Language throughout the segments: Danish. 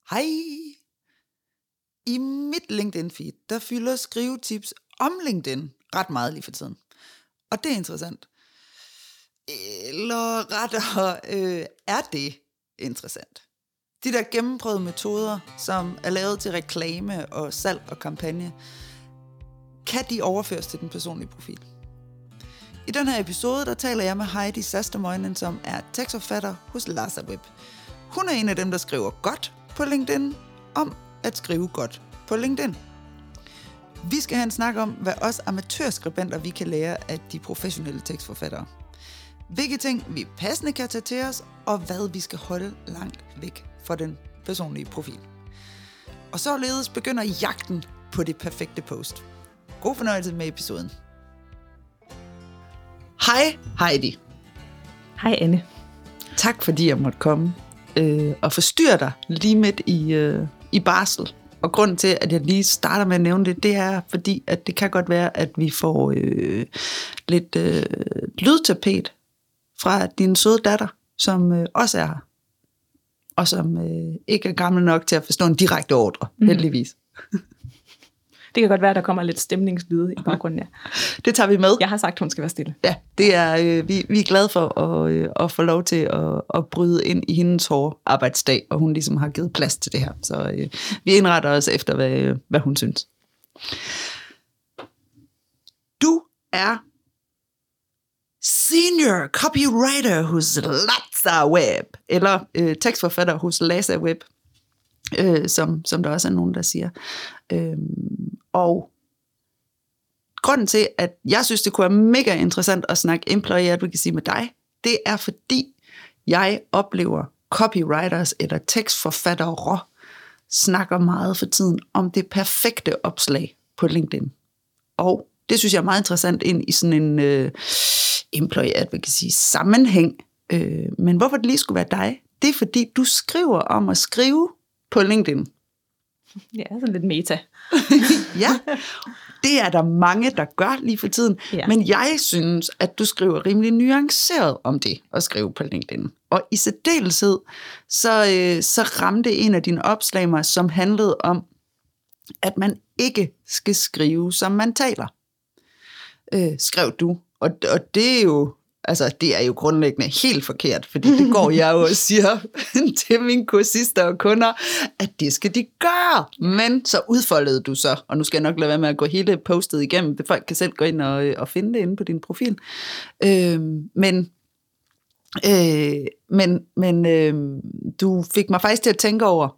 Hej! I mit LinkedIn-feed, der fylder skrivetips om LinkedIn ret meget lige for tiden. Og det er interessant. Eller rettere, er det interessant? De der gennemprøvede metoder, som er lavet til reklame og salg og kampagne, kan de overføres til den personlige profil? I den her episode, der taler jeg med Heidi Sastermoinen, som er tekstforfatter hos LaserWeb. Hun er en af dem, der skriver godt på LinkedIn, om at skrive godt på LinkedIn. Vi skal have en snak om, hvad os amatørskribenter vi kan lære af de professionelle tekstforfattere. Hvilke ting vi passende kan tage til os, og hvad vi skal holde langt væk fra den personlige profil. Og således begynder jagten på det perfekte post. God fornøjelse med episoden. Hej Heidi. Hej Anne. Tak fordi jeg måtte komme og forstyrre dig lige midt i barsel. Og grunden til, at jeg lige starter med at nævne det, det er fordi, at det kan godt være, at vi får lidt lydtapet fra din søde datter, som også er her. Og som ikke er gammel nok til at forstå en direkte ordre, heldigvis. Det kan godt være, at der kommer lidt stemningslyde i baggrunden, ja. Det tager vi med. Jeg har sagt, at hun skal være stille. Ja, det er, vi er glade for at få lov til at bryde ind i hendes hårde arbejdsdag, og hun ligesom har givet plads til det her. Så vi indretter os efter, hvad hun synes. Du er senior copywriter hos LaserWeb, eller tekstforfatter hos LaserWeb, som der også er nogen, der siger. Og grunden til, at jeg synes, det kunne være mega interessant at snakke employee advocacy med dig, det er fordi, jeg oplever copywriters eller tekstforfattere snakker meget for tiden om det perfekte opslag på LinkedIn. Og det synes jeg er meget interessant ind i sådan en employee advocacy sammenhæng. Men hvorfor det lige skulle være dig, det er fordi, du skriver om at skrive på LinkedIn. Ja, sådan lidt meta. Ja, det er der mange, der gør lige for tiden. Ja. Men jeg synes, at du skriver rimelig nuanceret om det at skrive på LinkedIn. Og i særdeleshed, så ramte en af dine opslag mig, som handlede om, at man ikke skal skrive, som man taler. Skrev du. Og det er jo... Altså, det er jo grundlæggende helt forkert, fordi det går jeg jo og siger til mine kursister og kunder, at det skal de gøre. Men så udfoldede du så, og nu skal jeg nok lade være med at gå hele postet igennem, det folk kan selv gå ind og finde det inde på din profil. Men du fik mig faktisk til at tænke over,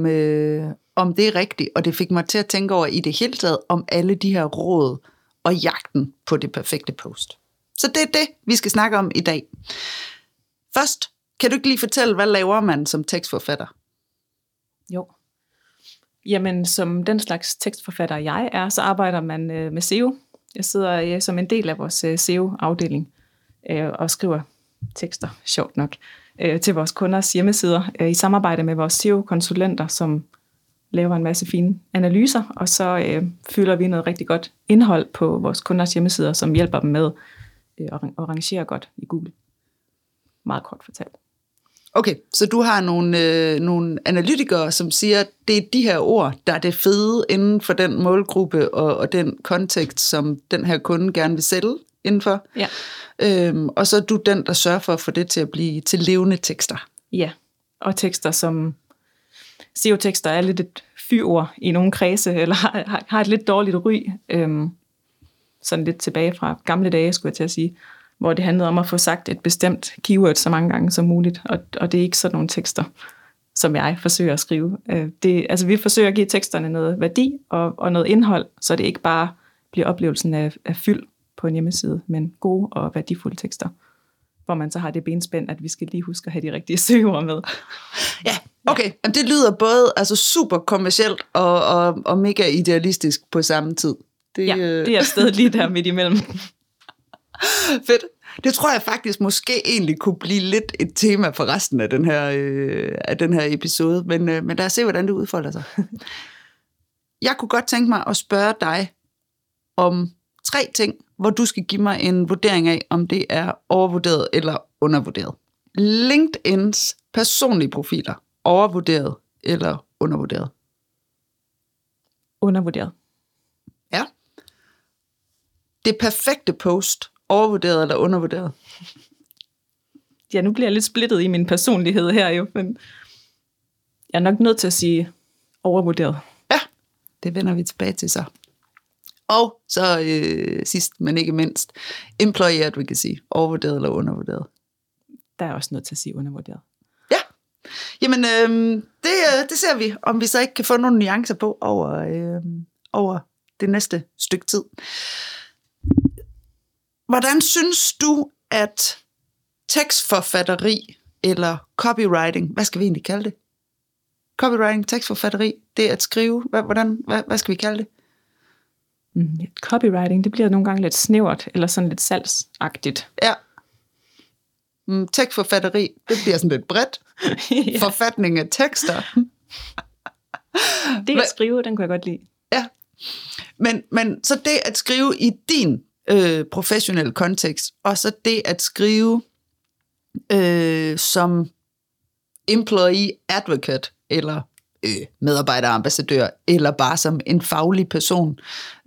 om det er rigtigt, og det fik mig til at tænke over i det hele taget, om alle de her råd og jagten på det perfekte post. Så det er det, vi skal snakke om i dag. Først, kan du ikke lige fortælle, hvad laver man som tekstforfatter? Jo. Jamen, som den slags tekstforfatter jeg er, så arbejder man med SEO. Jeg sidder som en del af vores SEO-afdeling og skriver tekster, sjovt nok, til vores kunders hjemmesider i samarbejde med vores SEO-konsulenter, som laver en masse fine analyser, og så fylder vi noget rigtig godt indhold på vores kunders hjemmesider, som hjælper dem med og rangerer godt i Google. Meget kort fortalt. Okay, så du har nogle analytikere, som siger, at det er de her ord, der er det fede inden for den målgruppe og den kontekst, som den her kunde gerne vil sælge indenfor. Ja. Og så er du den, der sørger for at få det til at blive til levende tekster. Ja, og tekster som SEO-tekster er lidt et fyord i nogle kredse, eller har et lidt dårligt ry. Sådan lidt tilbage fra gamle dage, skulle jeg til at sige, hvor det handlede om at få sagt et bestemt keyword så mange gange som muligt, og det er ikke sådan nogle tekster, som jeg forsøger at skrive. Vi forsøger at give teksterne noget værdi og noget indhold, så det ikke bare bliver oplevelsen af fyld på en hjemmeside, men gode og værdifulde tekster, hvor man så har det benspænd, at vi skal lige huske at have de rigtige søgeord med. Ja, okay. Jamen, det lyder både super kommercielt og mega idealistisk på samme tid. Det er et sted lige der midt imellem. Fedt. Det tror jeg faktisk måske egentlig kunne blive lidt et tema for resten af den her episode, men lad os se, hvordan det udfolder sig. Jeg kunne godt tænke mig at spørge dig om 3 ting, hvor du skal give mig en vurdering af, om det er overvurderet eller undervurderet. LinkedIns personlige profiler, overvurderet eller undervurderet? Undervurderet. Ja. Det perfekte post, overvurderet eller undervurderet? Ja, nu bliver jeg lidt splittet i min personlighed her jo, men jeg er nok nødt til at sige overvurderet. Ja, det vender vi tilbage til så. Og så sidst, men ikke mindst, employee advocacy, overvurderet eller undervurderet? Der er også nødt til at sige undervurderet. Ja, jamen det ser vi, om vi så ikke kan få nogle nuancer på over det næste stykke tid. Hvordan synes du, at tekstforfatteri eller copywriting, hvad skal vi egentlig kalde det? Copywriting, tekstforfatteri, det at skrive, hvad skal vi kalde det? Copywriting, det bliver nogle gange lidt snævert, eller sådan lidt salgsagtigt. Ja. Tekstforfatteri, det bliver sådan lidt bredt. Ja. Forfatning af tekster. Det at skrive, den kunne jeg godt lide. Ja, men så det at skrive i din professionelle kontekst, og så det at skrive som employee advocate, eller medarbejderambassadør, eller bare som en faglig person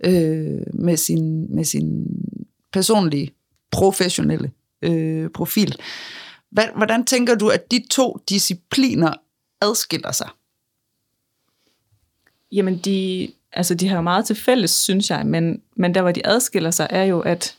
med sin personlige, professionelle profil. Hvordan tænker du, at de to discipliner adskiller sig? Jamen, de har jo meget til fælles, synes jeg, men der, hvor de adskiller sig, er jo, at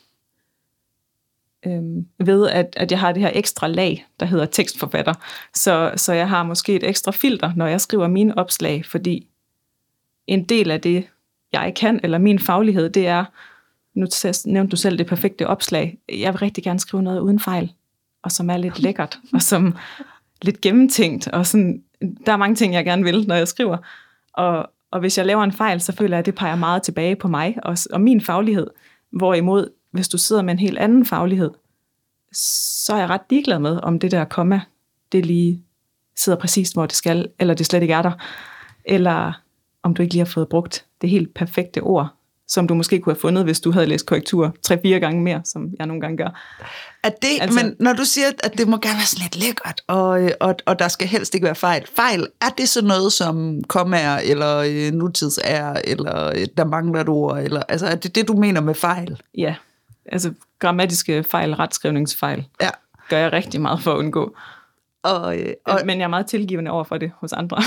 ved, at jeg har det her ekstra lag, der hedder tekstforfatter. Så jeg har måske et ekstra filter, når jeg skriver mine opslag, fordi en del af det, jeg kan, eller min faglighed, det er, nu nævnte du selv det perfekte opslag, jeg vil rigtig gerne skrive noget uden fejl, og som er lidt lækkert, og som lidt gennemtænkt, og sådan, der er mange ting, jeg gerne vil, når jeg skriver. Og hvis jeg laver en fejl, så føler jeg, at det peger meget tilbage på mig, og min faglighed. Hvorimod, hvis du sidder med en helt anden faglighed, så er jeg ret ligeglad med, om det der komma, det lige sidder præcis, hvor det skal, eller det slet ikke er der, eller om du ikke lige har fået brugt det helt perfekte ord, som du måske kunne have fundet, hvis du havde læst korrektur 3-4 gange mere, som jeg nogle gange gør. Men når du siger, at det må gerne være sådan lidt lækkert, og der skal helst ikke være fejl, er det så noget som kommaer, eller nutidsær, eller der mangler et ord, eller altså er det det, du mener med fejl? Ja, altså grammatiske fejl, retskrivningsfejl, gør jeg rigtig meget for at undgå. Men jeg er meget tilgivende over for det hos andre.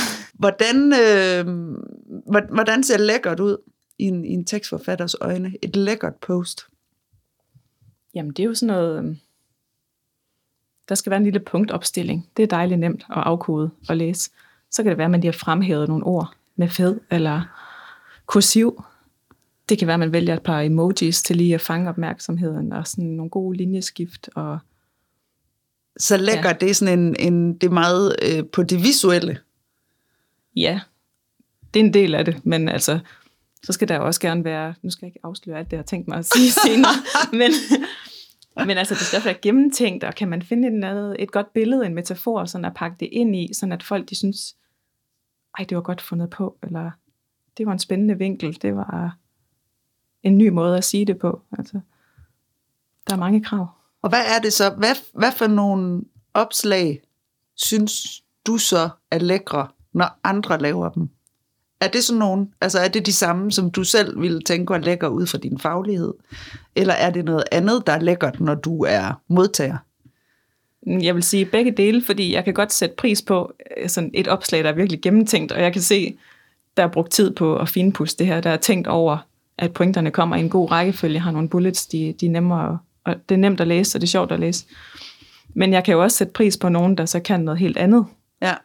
Hvordan ser lækkert ud i en tekstforfatters øjne? Et lækkert post? Jamen, det er jo sådan noget... Der skal være en lille punktopstilling. Det er dejligt nemt at afkode og læse. Så kan det være, at man lige har fremhævet nogle ord med fed eller kursiv. Det kan være, at man vælger et par emojis til lige at fange opmærksomheden, og sådan nogle gode linjeskift. Så lækkert, det er sådan det er meget på det visuelle? Ja, det er en del af det, men altså... Så skal der også gerne være, nu skal jeg ikke afsløre alt det, jeg har tænkt mig at sige senere, men altså det skal være gennemtænkt, og kan man finde et godt billede, en metafor, sådan at pakke det ind i, sådan at folk de synes, det var godt fundet på, eller det var en spændende vinkel, det var en ny måde at sige det på. Altså, der er mange krav. Og hvad er det så, hvad for nogle opslag synes du så er lækre, når andre laver dem? Er det sådan nogen, altså er det de samme, som du selv ville tænke var lækker ud fra din faglighed? Eller er det noget andet, der er lækkert, når du er modtager? Jeg vil sige begge dele, fordi jeg kan godt sætte pris på sådan et opslag, der er virkelig gennemtænkt, og jeg kan se, der er brugt tid på at finpudse det her, der er tænkt over, at pointerne kommer i en god rækkefølge, har nogle bullets, de er nemmere, og det er nemt at læse, og det er sjovt at læse. Men jeg kan jo også sætte pris på nogen, der så kan noget helt andet. Ja.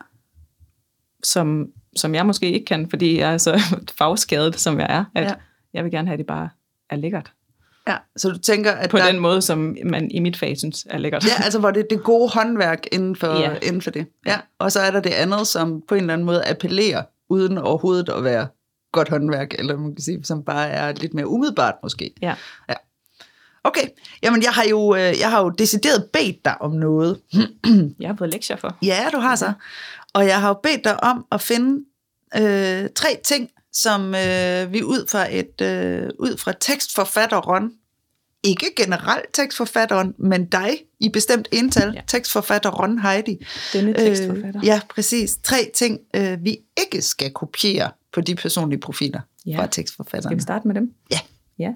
Som jeg måske ikke kan, fordi jeg er så fagskadet, som jeg er, at jeg vil gerne have, at det bare er lækkert. Ja, så du tænker, at på den måde, som man i mit fag synes er lækkert. Ja, altså hvor det er det gode håndværk inden for det. Ja, og så er der det andet, som på en eller anden måde appellerer, uden overhovedet at være godt håndværk, eller man kan sige, som bare er lidt mere umiddelbart måske. Ja. Okay, jamen jeg har jo decideret bedt dig om noget. Jeg har fået lektier for. Ja, du har så. Og jeg har jo bedt dig om at finde 3 ting, som vi ud fra tekstforfatteren ikke generelt tekstforfatteren, men dig i bestemt ental, tekstforfatter Ron Heidi. Denne tekstforfatter. Ja, præcis. 3 ting, vi ikke skal kopiere på de personlige profiler fra tekstforfatterne. Skal vi starte med dem? Ja.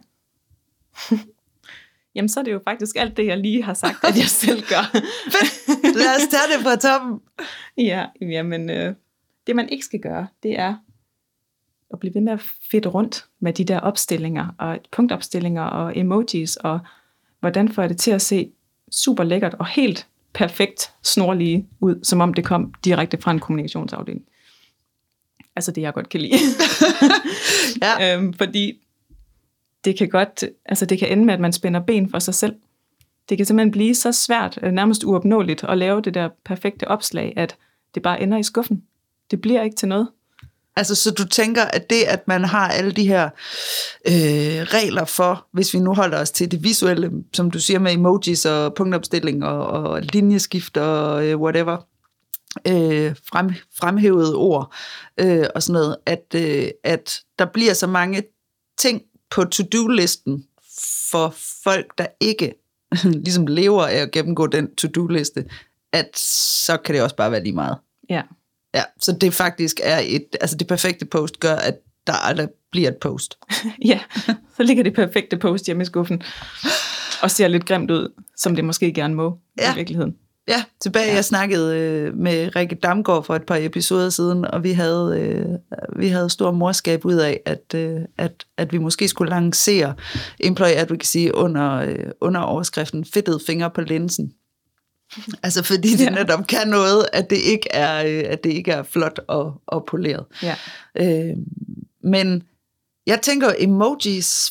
Jamen, så er det jo faktisk alt det, jeg lige har sagt, at jeg selv gør. Lad os tage det fra toppen. Ja, jamen, det man ikke skal gøre, det er at blive ved med at fedte rundt med de der opstillinger, og punktopstillinger og emojis, og hvordan får jeg det til at se super lækkert og helt perfekt snorlige ud, som om det kom direkte fra en kommunikationsafdeling. Altså det, jeg godt kan lide. Fordi det kan godt, altså det kan ende med, at man spænder ben for sig selv. Det kan simpelthen blive så svært, nærmest uopnåeligt, at lave det der perfekte opslag, at det bare ender i skuffen. Det bliver ikke til noget. Altså, så du tænker, at det, at man har alle de her regler for, hvis vi nu holder os til det visuelle, som du siger med emojis og punktopstilling og linjeskift og whatever, fremhævede ord og sådan noget, at der bliver så mange ting på to-do-listen for folk, der ikke ligesom lever af at gennemgå den to-do-liste, at så kan det også bare være lige meget. Ja. Ja, så det faktisk er altså det perfekte post gør, at der aldrig bliver et post. Ja, så ligger det perfekte post hjemme i skuffen, og ser lidt grimt ud, som det måske gerne må i virkeligheden. Ja, jeg snakkede med Rikke Damgaard for et par episoder siden, og vi havde stor morskab ud af, at vi måske skulle lancere Employee Advocacy under overskriften fedtede fingre på linsen. Altså fordi det netop kan noget, at det ikke er flot og poleret. Ja. Men jeg tænker, emojis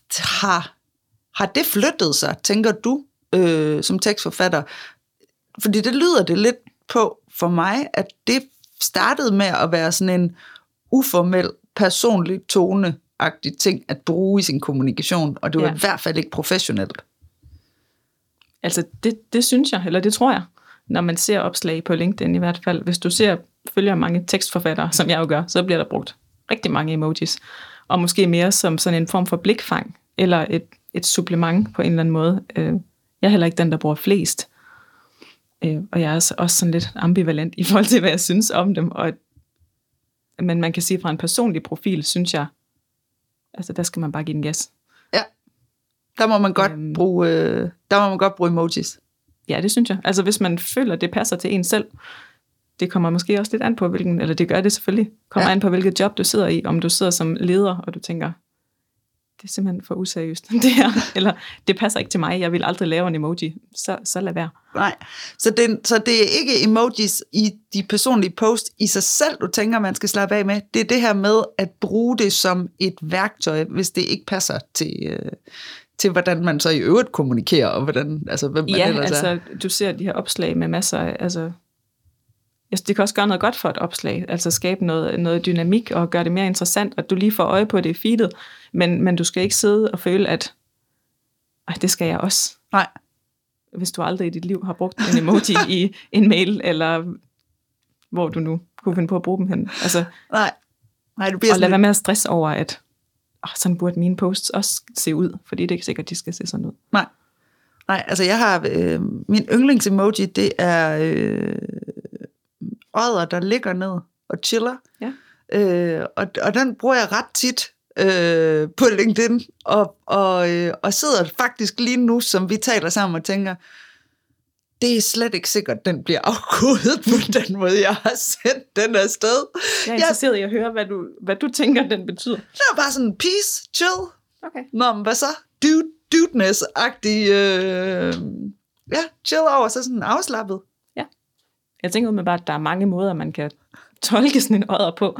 har det flyttet sig, tænker du, som tekstforfatter? Fordi det lyder det lidt på for mig, at det startede med at være sådan en uformel, personlig, toneagtig ting at bruge i sin kommunikation, og det var i hvert fald ikke professionelt. Altså det synes jeg, eller det tror jeg, når man ser opslag på LinkedIn i hvert fald. Hvis du følger mange tekstforfattere, som jeg jo gør, så bliver der brugt rigtig mange emojis. Og måske mere som sådan en form for blikfang, eller et supplement på en eller anden måde. Jeg er heller ikke den, der bruger flest. Og jeg er også sådan lidt ambivalent i forhold til, hvad jeg synes om dem. Men man kan sige, fra en personlig profil, synes jeg, altså der skal man bare give den gas. Ja, der må man godt bruge emojis. Ja, det synes jeg. Altså hvis man føler, det passer til en selv, det kommer måske også lidt an på, eller det gør det selvfølgelig, kommer an på, hvilket job du sidder i, om du sidder som leder, og du tænker, det er simpelthen for useriøst, det her, eller det passer ikke til mig, jeg vil aldrig lave en emoji, så lad være. Nej, så det er ikke emojis i de personlige post i sig selv, du tænker, man skal slappe af med. Det er det her med at bruge det som et værktøj, hvis det ikke passer til hvordan man så i øvrigt kommunikerer, og hvem man ellers er. Altså du ser de her opslag med masser af, altså det kan også gøre noget godt for et opslag, altså skabe noget dynamik og gøre det mere interessant, at du lige får øje på det i feedet, men du skal ikke sidde og føle, at det skal jeg også. Nej. Hvis du aldrig i dit liv har brugt en emoji i en mail, eller hvor du nu kunne finde på at bruge dem hen. Altså, Nej, du bliver og lad være med at stresse over, at sådan burde mine posts også se ud, fordi det er ikke sikkert, at de skal se sådan ud. Nej, altså jeg har min yndlingsemoji, det er odder, der ligger ned og chiller. Ja. Og den bruger jeg ret tit på LinkedIn, og sidder faktisk lige nu, som vi taler sammen og tænker, det er slet ikke sikkert, den bliver afkodet på den måde, jeg har sendt den afsted. Jeg er interesseret i at høre, hvad du tænker, den betyder. Det er bare sådan peace, chill. Okay. Nå, hvad så? Dudeness-agtig, chill over, så sådan afslappet. Ja. Jeg tænker med bare, at der er mange måder, man kan tolke sådan en odder på.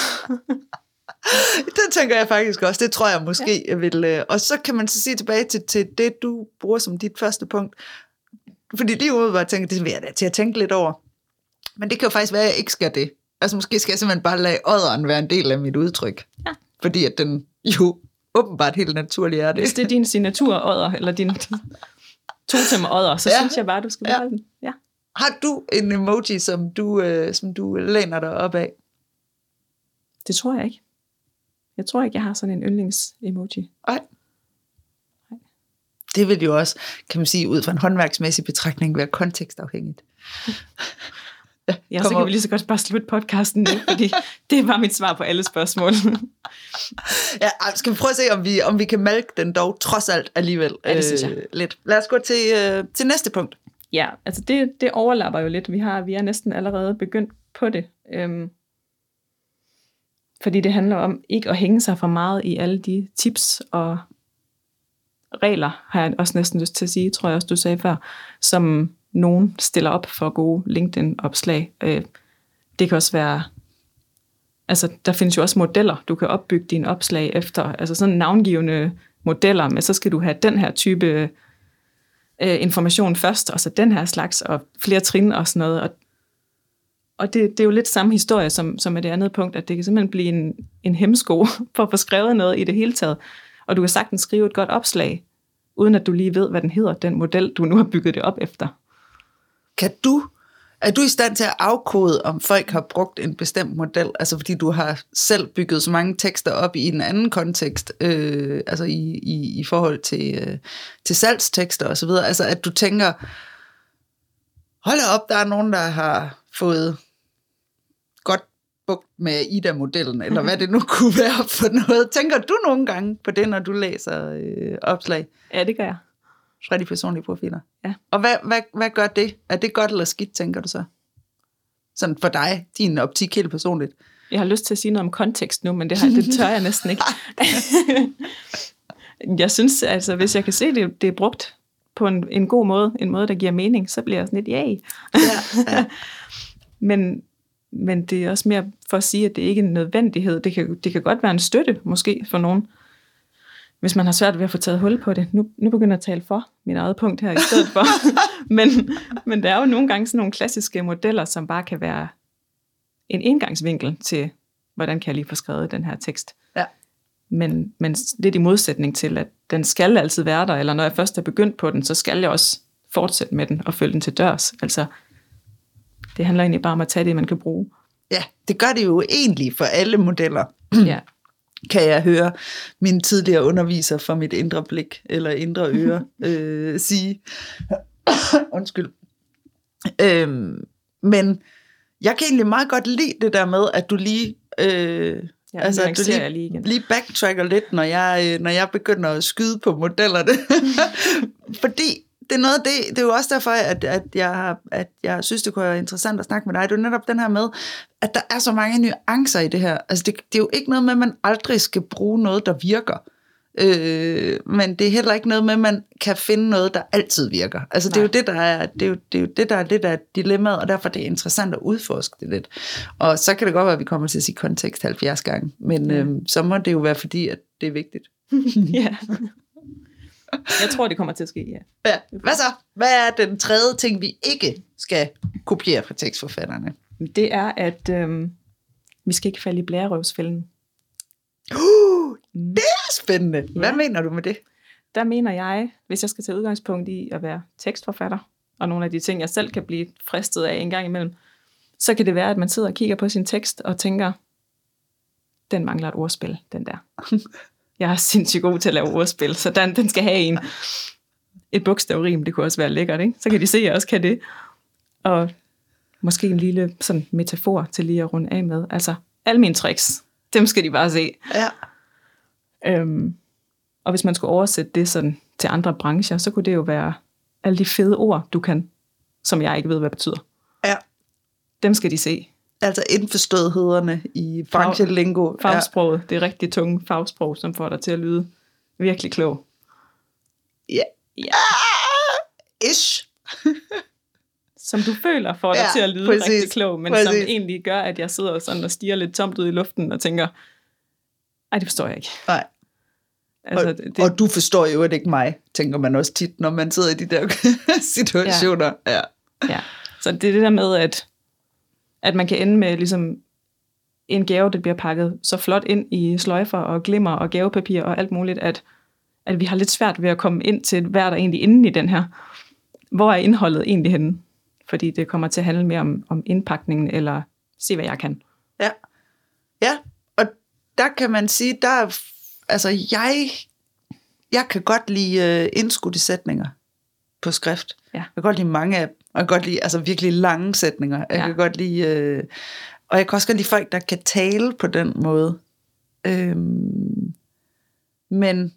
Det tænker jeg faktisk også. Det tror jeg måske, jeg vil. Og så kan man så sige tilbage til det, du bruger som dit første punkt. Fordi lige ude var jeg tænkt, det vil jeg da til at tænke lidt over. Men det kan jo faktisk være, at jeg ikke skal det. Altså måske skal jeg simpelthen bare lade odderen være en del af mit udtryk. Ja. Fordi at den jo åbenbart helt naturlig er det. Hvis det er din signatur-odder, eller din totem-odder, så synes jeg bare, du skal beholde den. Ja. Har du en emoji, som du læner dig op af? Det tror jeg ikke. Jeg tror ikke, jeg har sådan en yndlings-emoji. Nej. Det vil jo også, kan man sige, ud fra en håndværksmæssig betragtning, være kontekstafhængigt. Ja, så kan vi lige så godt bare slutte podcasten nu, fordi det var mit svar på alle spørgsmål. Ja, skal vi prøve at se, om vi kan malke den dog trods alt alligevel. Ja, det synes jeg. Lidt. Lad os gå til næste punkt. Ja, altså det overlapper jo lidt. Vi er næsten allerede begyndt på det. Fordi det handler om ikke at hænge sig for meget i alle de tips og regler, har jeg også næsten lyst til at sige, tror jeg også, du sagde før, som nogen stiller op for gode LinkedIn-opslag. Det kan også være, altså der findes jo også modeller, du kan opbygge dine opslag efter, altså sådan navngivende modeller, men så skal du have den her type information først, og så den her slags, og flere trin og sådan noget, og det er jo lidt samme historie som med det andet punkt, at det kan simpelthen blive en hemsko for at få skrevet noget i det hele taget, og du kan sagtens skrive et godt opslag, uden at du lige ved, hvad den hedder, den model, du nu har bygget det op efter. Er du i stand til at afkode, om folk har brugt en bestemt model, altså fordi du har selv bygget så mange tekster op i en anden kontekst, altså i forhold til salgstekster og så videre, altså at du tænker, hold da op, der er nogen, der har fået godt bugt med Ida-modellen, eller hvad det nu kunne være for noget. Tænker du nogle gange på det, når du læser opslag? Ja, det gør jeg. Fra de personlige profiler. Ja. Og hvad gør det? Er det godt eller skidt, tænker du så? Sådan for dig, din optik helt personligt. Jeg har lyst til at sige noget om kontekst nu, men det tør jeg næsten ikke. Jeg synes, altså, hvis jeg kan se, det er brugt på en god måde, en måde, der giver mening, så bliver jeg sådan lidt, yay. Ja. Men det er også mere for at sige, at det ikke er en nødvendighed. Det kan godt være en støtte, måske, for nogen. Hvis man har svært ved at få taget hul på det. Nu begynder jeg at tale for mit eget punkt her i stedet for. men der er jo nogle gange sådan nogle klassiske modeller, som bare kan være en indgangsvinkel til, hvordan kan jeg lige få skrevet den her tekst. Ja. Men lidt i modsætning til, at den skal altid være der, eller når jeg først er begyndt på den, så skal jeg også fortsætte med den og følge den til dørs. Altså, det handler egentlig bare om at tage det, man kan bruge. Ja, det gør det jo egentlig for alle modeller. Ja. Kan jeg høre min tidligere underviser fra mit indre blik, eller indre øre, sige. Undskyld. Men jeg kan egentlig meget godt lide det der med, at du lige... altså, at du lige backtracker lidt, når jeg begynder at skyde på modellerne. Fordi det er noget af det er jo også derfor, at jeg synes, det kunne være interessant at snakke med dig. Det er jo netop den her med, at der er så mange nuancer i det her. Altså det er jo ikke noget med, at man aldrig skal bruge noget, der virker. Men det er heller ikke noget med, at man kan finde noget, der altid virker. Altså det er jo det, der er lidt af dilemmaet, og derfor er det interessant at udforske det lidt. Og så kan det godt være, at vi kommer til at sige kontekst 70 gange, men så må det jo være fordi, at det er vigtigt. Ja. Jeg tror, det kommer til at ske, ja. Hvad så? Hvad er den tredje ting, vi ikke skal kopiere fra tekstforfatterne? Det er, at vi skal ikke falde i blærerøvsfælden. Det er spændende. Hvad mener du med det? Der mener jeg, hvis jeg skal tage udgangspunkt i at være tekstforfatter, og nogle af de ting, jeg selv kan blive fristet af en gang imellem, så kan det være, at man sidder og kigger på sin tekst og tænker, den mangler et ordspil, den der. Jeg er sindssygt god til at lave ordspil, så den skal have et bogstavrim, det kunne også være lækkert, ikke? Så kan de se, at jeg også kan det. Og måske en lille sådan metafor til lige at runde af med. Altså, alle mine tricks, dem skal de bare se. Ja. Og hvis man skulle oversætte det sådan til andre brancher, så kunne det jo være alle de fede ord, du kan, som jeg ikke ved, hvad betyder. Ja. Dem skal de se. Altså indforståethederne i branchelingo. Fagsproget, det er rigtig tunge fagsprog, som får dig til at lyde virkelig klog. Ja. Ish. Som du føler får dig til at lyde rigtig klog, men som egentlig gør, at jeg sidder sådan og stiger lidt tomt ud i luften og tænker, ej, det forstår jeg ikke. Nej. Altså, og du forstår jo ikke mig, tænker man også tit, når man sidder i de der situationer. Ja. Så det er det der med, at man kan ende med ligesom en gave, der bliver pakket så flot ind i sløjfer og glimmer og gavepapir og alt muligt, at vi har lidt svært ved at komme ind til, hvad er der egentlig inde i den her. Hvor er indholdet egentlig henne? Fordi det kommer til at handle mere om indpakningen, eller se, hvad jeg kan. Ja, og der kan man sige, altså Jeg kan godt lide indskudte sætninger på skrift. Ja. Jeg kan godt lide mange af dem. Og jeg kan godt lide altså virkelig lange sætninger. Jeg kan godt lide... og jeg kan også godt lide folk, der kan tale på den måde. Men...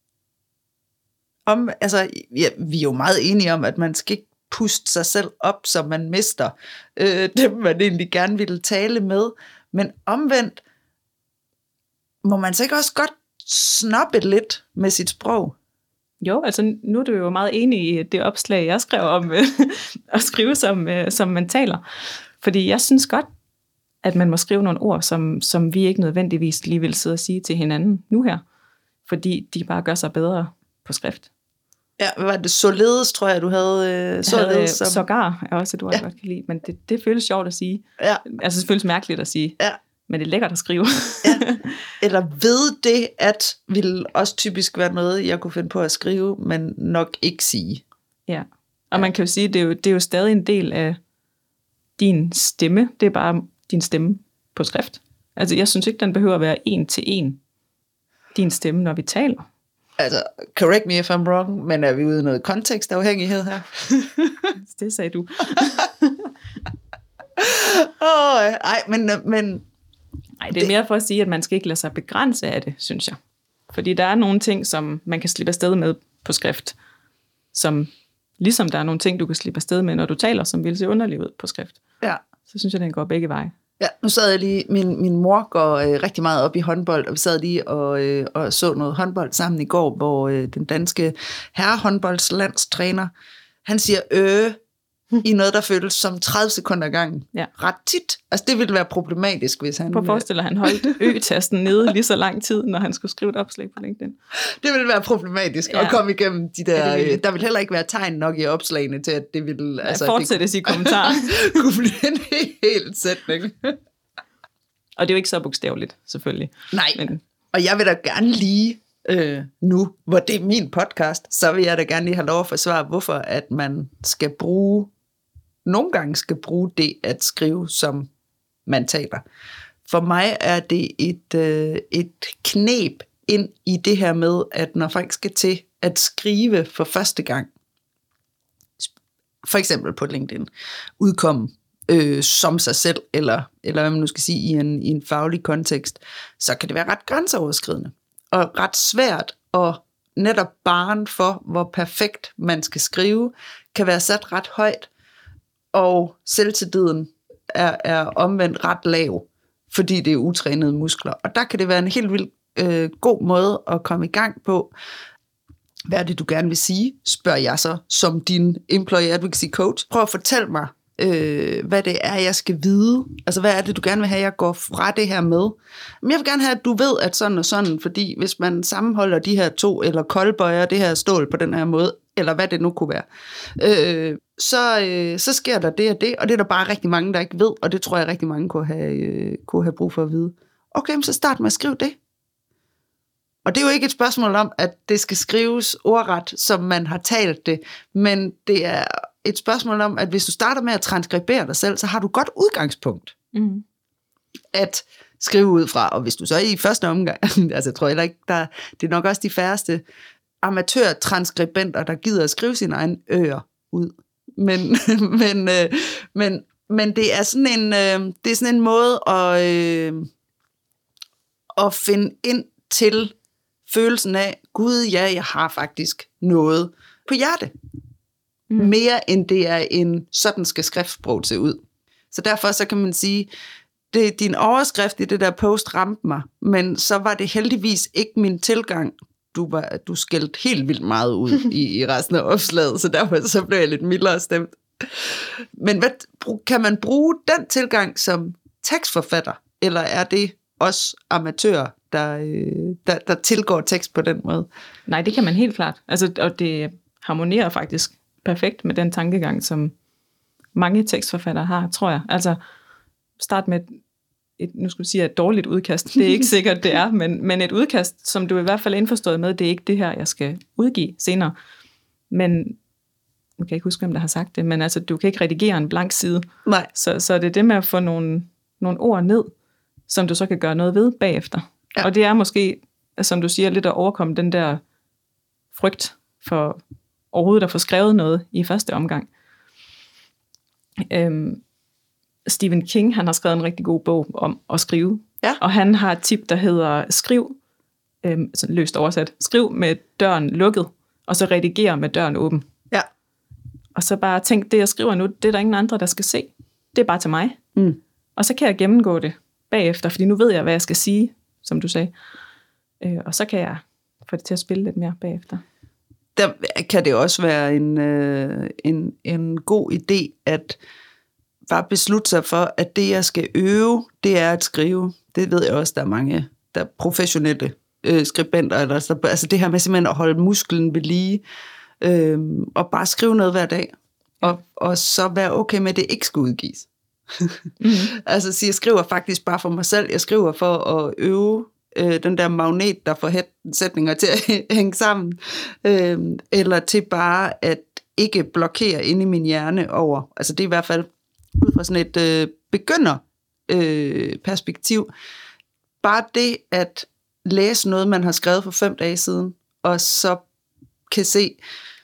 vi er jo meget enige om, at man skal ikke puste sig selv op, så man mister dem, man egentlig gerne ville tale med. Men omvendt må man så ikke også godt snoppe lidt med sit sprog? Jo, altså nu er du jo meget enig i det opslag, jeg skrev om at skrive, som man taler. Fordi jeg synes godt, at man må skrive nogle ord, som vi ikke nødvendigvis lige vil sidde og sige til hinanden nu her. Fordi de bare gør sig bedre på skrift. Ja, var det således, tror jeg, du havde? Sågar er også et ord, jeg godt kan lide. Men det føles sjovt at sige. Ja. Altså det føles mærkeligt at sige. Ja. Men det er lækkert at skrive. Ja. Eller ved det, at ville også typisk være noget, jeg kunne finde på at skrive, men nok ikke sige. Ja, og man kan jo sige, det er jo stadig en del af din stemme. Det er bare din stemme på skrift. Altså jeg synes ikke, den behøver at være en til en din stemme, når vi taler. Altså, correct me if I'm wrong, men er vi ude i noget kontekstafhængighed her? Det sagde du. Nej, det er mere for at sige, at man skal ikke lade sig begrænse af det, synes jeg. Fordi der er nogle ting, som man kan slippe afsted med på skrift, som ligesom der er nogle ting, du kan slippe afsted med, når du taler, som vil se underligt ud på skrift. Ja. Så synes jeg, den går begge veje. Ja, nu sad jeg lige, min mor går rigtig meget op i håndbold, og vi sad lige og så noget håndbold sammen i går, hvor den danske herrehåndboldslandstræner, han siger i noget, der føles som 30 sekunder gangen. Ja. Ret tit. Altså det ville være problematisk, hvis han... Prøv at forestille dig, han holdt ø-tasten nede lige så lang tid, når han skulle skrive et opslag på LinkedIn. Det ville være problematisk at komme igennem de der... Der vil heller ikke være tegn nok i opslagene til, at det ville... Altså, fortsættes i kommentarer. kunne blive en hel sætning. Og det er jo ikke så bogstaveligt, selvfølgelig. Nej, og jeg vil da gerne lige... nu, hvor det er min podcast, så vil jeg da gerne lige have lov at forsvare, hvorfor at man nogle gange skal bruge det at skrive, som man taler. For mig er det et kneb ind i det her med, at når folk skal til at skrive for første gang, for eksempel på LinkedIn, udkomme som sig selv, eller hvad man nu skal sige, i en faglig kontekst, så kan det være ret grænseoverskridende. Og ret svært, og netop barren for, hvor perfekt man skal skrive, kan være sat ret højt, og selvtilliden er omvendt ret lav, fordi det er utrænede muskler. Og der kan det være en helt vildt god måde at komme i gang på. Hvad er det, du gerne vil sige? Spørger jeg så som din employee advocacy coach. Prøv at fortælle mig, hvad det er, jeg skal vide. Altså, hvad er det, du gerne vil have, jeg går fra det her med? Men jeg vil gerne have, at du ved, at sådan og sådan, fordi hvis man sammenholder de her to, eller koldbøjer det her stål på den her måde, eller hvad det nu kunne være, så sker der det og det, og det er der bare rigtig mange, der ikke ved, og det tror jeg rigtig mange kunne have brug for at vide. Okay, så start med at skrive det. Og det er jo ikke et spørgsmål om, at det skal skrives ordret, som man har talt det, men det er et spørgsmål om, at hvis du starter med at transkribere dig selv, så har du godt udgangspunkt at skrive ud fra. Og hvis du så i første omgang, altså jeg tror heller ikke, det er nok også de færreste amatørtranskribenter, der gider at skrive sine egne ører ud. Men det er sådan en måde at finde ind til følelsen af, gud ja, jeg har faktisk noget på hjerte. Mere end det er sådan skal skriftsprog se ud. Så derfor så kan man sige, din overskrift i det der post ramte mig, men så var det heldigvis ikke min tilgang. Du skældte helt vildt meget ud i resten af opslaget, så derfor så blev jeg lidt mildere stemt. Men kan man bruge den tilgang som tekstforfatter, eller er det også amatører, der tilgår tekst på den måde? Nej, det kan man helt klart. Altså, og det harmonerer faktisk perfekt med den tankegang, som mange tekstforfattere har, tror jeg. Altså, start med nu skal vi sige, et dårligt udkast. Det er ikke sikkert, det er, men et udkast, som du i hvert fald er indforstået med, det er ikke det her, jeg skal udgive senere. Men, nu kan jeg ikke huske, hvem der har sagt det, men altså, du kan ikke redigere en blank side. Nej. Så det er det med at få nogle ord ned, som du så kan gøre noget ved bagefter. Ja. Og det er måske, som du siger, lidt at overkomme den der frygt for overhovedet at få skrevet noget i første omgang. Stephen King, han har skrevet en rigtig god bog om at skrive, og han har et tip, der hedder skriv, sådan løst oversat, skriv med døren lukket, og så rediger med døren åben. Ja. Og så bare tænk, det jeg skriver nu, det er der ingen andre, der skal se. Det er bare til mig. Og så kan jeg gennemgå det bagefter, fordi nu ved jeg, hvad jeg skal sige, som du sagde. Og så kan jeg få det til at spille lidt mere bagefter. Der kan det også være en god idé at bare beslutte sig for, at det, jeg skal øve, det er at skrive. Det ved jeg også, der er mange der er professionelle skribenter, altså det her med simpelthen at holde musklen ved lige, og bare skrive noget hver dag, og så være okay med, at det ikke skal udgives. Altså sige, jeg skriver faktisk bare for mig selv, jeg skriver for at øve den der magnet, der får sætninger til at hænge sammen, eller til bare at ikke blokere inde i min hjerne over, altså det er i hvert fald ud fra sådan et begynder perspektiv, bare det at læse noget, man har skrevet for 5 dage siden, og så kan se,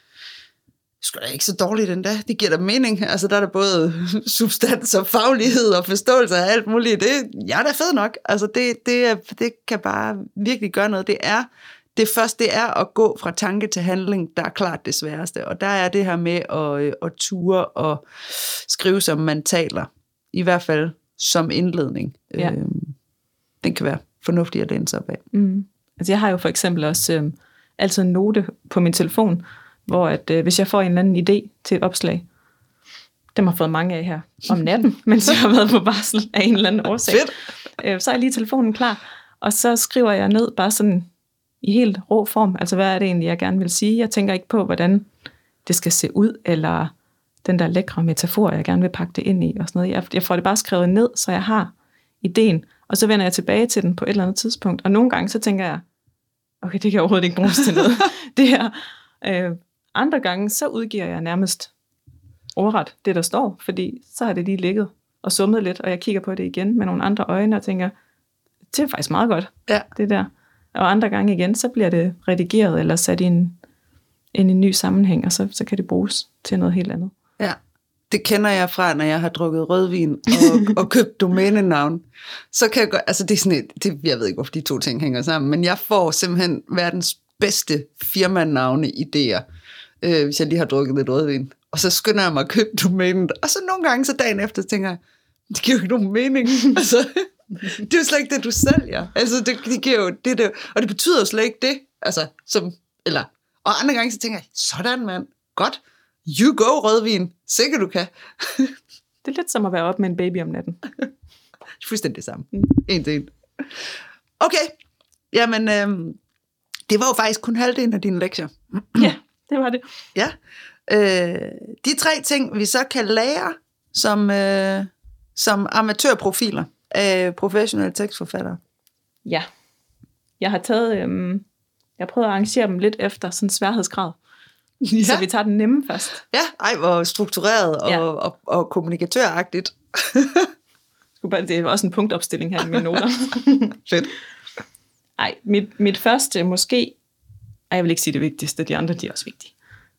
sgu da ikke så dårligt endda, det giver da mening, altså der er der både substans og faglighed og forståelse af alt muligt, det er da fedt nok, altså det kan bare virkelig gøre noget, det første er at gå fra tanke til handling, der er klart det sværeste, og der er det her med at ture og skrive, som man taler, i hvert fald som indledning. Ja. Den kan være fornuftig at læne sig op af. Altså jeg har jo for eksempel også altid en note på min telefon, hvor at hvis jeg får en eller anden idé til et opslag, dem har jeg fået mange af her om natten, mens jeg har været på barsel af en eller anden årsag. Så er lige telefonen klar, og så skriver jeg ned bare sådan i helt rå form, altså hvad er det egentlig, jeg gerne vil sige. Jeg tænker ikke på, hvordan det skal se ud, eller den der lækre metafor, jeg gerne vil pakke det ind i, og sådan noget. Jeg får det bare skrevet ned, så jeg har ideen, og så vender jeg tilbage til den på et eller andet tidspunkt. Og nogle gange, så tænker jeg, okay, det kan overhovedet ikke bruges til noget. Det her. Andre gange, så udgiver jeg nærmest ordret det, der står, fordi så har det lige ligget og summet lidt, og jeg kigger på det igen med nogle andre øjne, og tænker, det er faktisk meget godt, det der. Og andre gange igen, så bliver det redigeret, eller sat ind i en ny sammenhæng, og så kan det bruges til noget helt andet. Ja, det kender jeg fra, når jeg har drukket rødvin og købt domænenavn. Så kan jeg godt, altså det er sådan jeg ved ikke, hvorfor de to ting hænger sammen, men jeg får simpelthen verdens bedste firmanavne-idéer, hvis jeg lige har drukket lidt rødvin. Og så skynder jeg mig at købe domænet, og så nogle gange, så dagen efter, tænker jeg, det giver jo ikke nogen mening. Altså, det er jo slet ikke det, du sælger. Altså, det giver jo det, og det betyder jo slet ikke det. Altså, og andre gange, så tænker jeg, sådan mand, godt, you go rødvin, sikkert du kan. Det er lidt som at være op med en baby om natten. Fuldstændig det samme. En til en. Okay, jamen, det var jo faktisk kun halvdelen af dine lektier. Ja, det var det. Ja. De 3 ting, vi så kan lære som amatørprofiler af professionelle tekstforfattere. Ja. Jeg har taget, jeg prøvet at arrangere dem lidt efter sådan sværhedsgrad. Ja. Så vi tager den nemme først. Ja, hvor struktureret og kommunikatøragtigt. Det er også en punktopstilling her i mine noter. Fedt. Ej, mit første måske, jeg vil ikke sige det vigtigste, de andre de er også vigtige.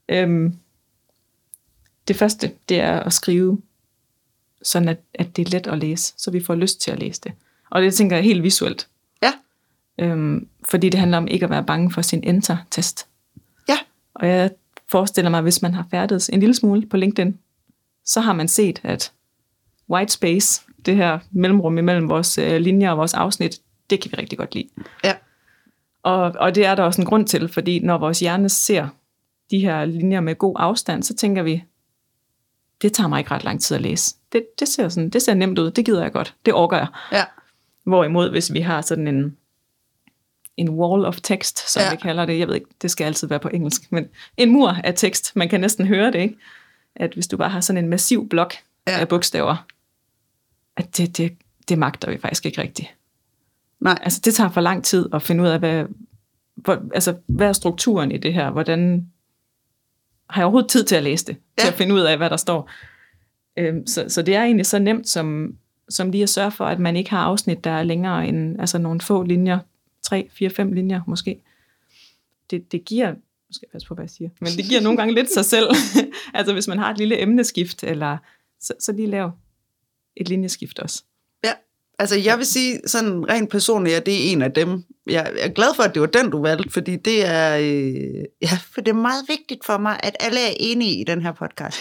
Det første, det er at skrive, sådan at det er let at læse, så vi får lyst til at læse det. Og det tænker jeg helt visuelt. Ja. Fordi det handler om ikke at være bange for sin enter-test. Ja. Og jeg forestiller mig, hvis man har færdiges en lille smule på LinkedIn, så har man set, at white space, det her mellemrum imellem vores linjer og vores afsnit, det kan vi rigtig godt lide. Ja. Og det er der også en grund til, fordi når vores hjerne ser de her linjer med god afstand, så tænker vi, det tager mig ikke ret lang tid at læse. Det ser nemt ud, det gider jeg godt, det orker jeg. Ja. Hvorimod, hvis vi har sådan en wall of text, som vi kalder det, jeg ved ikke, det skal altid være på engelsk, men en mur af tekst, man kan næsten høre det, ikke? At hvis du bare har sådan en massiv blok af bogstaver, at det magter vi faktisk ikke rigtigt. Nej. Altså det tager for lang tid at finde ud af, hvad er strukturen i det her, hvordan har jeg overhovedet tid til at læse det, til at finde ud af, hvad der står. Så det er egentlig så nemt, som lige at sørge for, at man ikke har afsnit, der er længere end nogle få linjer, 3, 4, 5 linjer måske. Det giver nu skal jeg passe på, hvad jeg siger, men det giver nogle gange lidt sig selv. Altså hvis man har et lille emneskift, eller så lige lave et linjeskift også. Ja, altså jeg vil sige sådan rent personligt, at det er en af dem. Jeg er glad for, at det var den, du valgte, fordi det er, for det er meget vigtigt for mig, at alle er enige i den her podcast.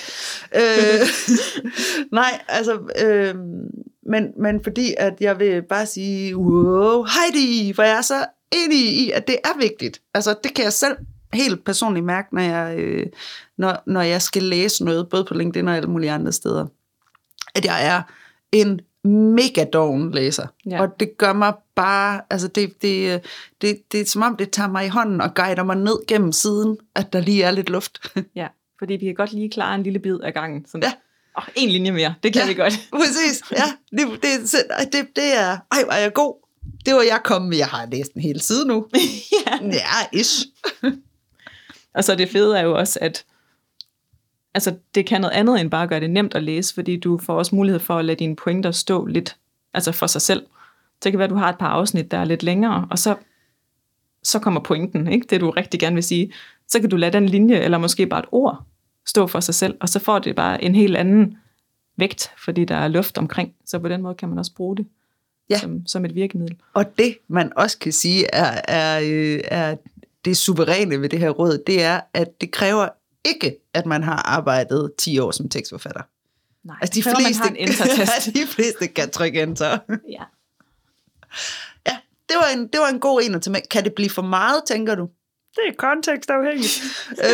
Nej, altså, men fordi at jeg vil bare sige, wow, Heidi, for jeg er så enig i, at det er vigtigt. Altså det kan jeg selv helt personligt mærke, når jeg skal læse noget, både på LinkedIn og alle mulige andre steder, at jeg er en mega doven læser. Ja. Og det gør mig bare, altså det er som om det tager mig i hånden og guider mig ned gennem siden, at der lige er lidt luft. Ja, fordi vi kan godt lige klare en lille bid af gangen. Sådan. Ja. En linje mere, det kan vi godt. Præcis, ja. Det er, ej, var jeg god. Det var jeg kommet med, jeg har læst den hele siden nu. Ja, ish. Og så det fede er jo også, at altså, det kan noget andet end bare at gøre det nemt at læse, fordi du får også mulighed for at lade dine pointer stå lidt altså for sig selv. Det kan være, at du har et par afsnit, der er lidt længere, og så kommer pointen, ikke? Det du rigtig gerne vil sige. Så kan du lade den linje, eller måske bare et ord, stå for sig selv, og så får det bare en helt anden vægt, fordi der er luft omkring. Så på den måde kan man også bruge det som et virkemiddel. Og det, man også kan sige, er det suveræne ved det her råd, det er, at det kræver ikke, at man har arbejdet 10 år som tekstforfatter. Nej, altså de fleste kan trykke enter. Ja. Ja, det var en god en at tage med. Kan det blive for meget, tænker du? Det er kontekstafhængigt.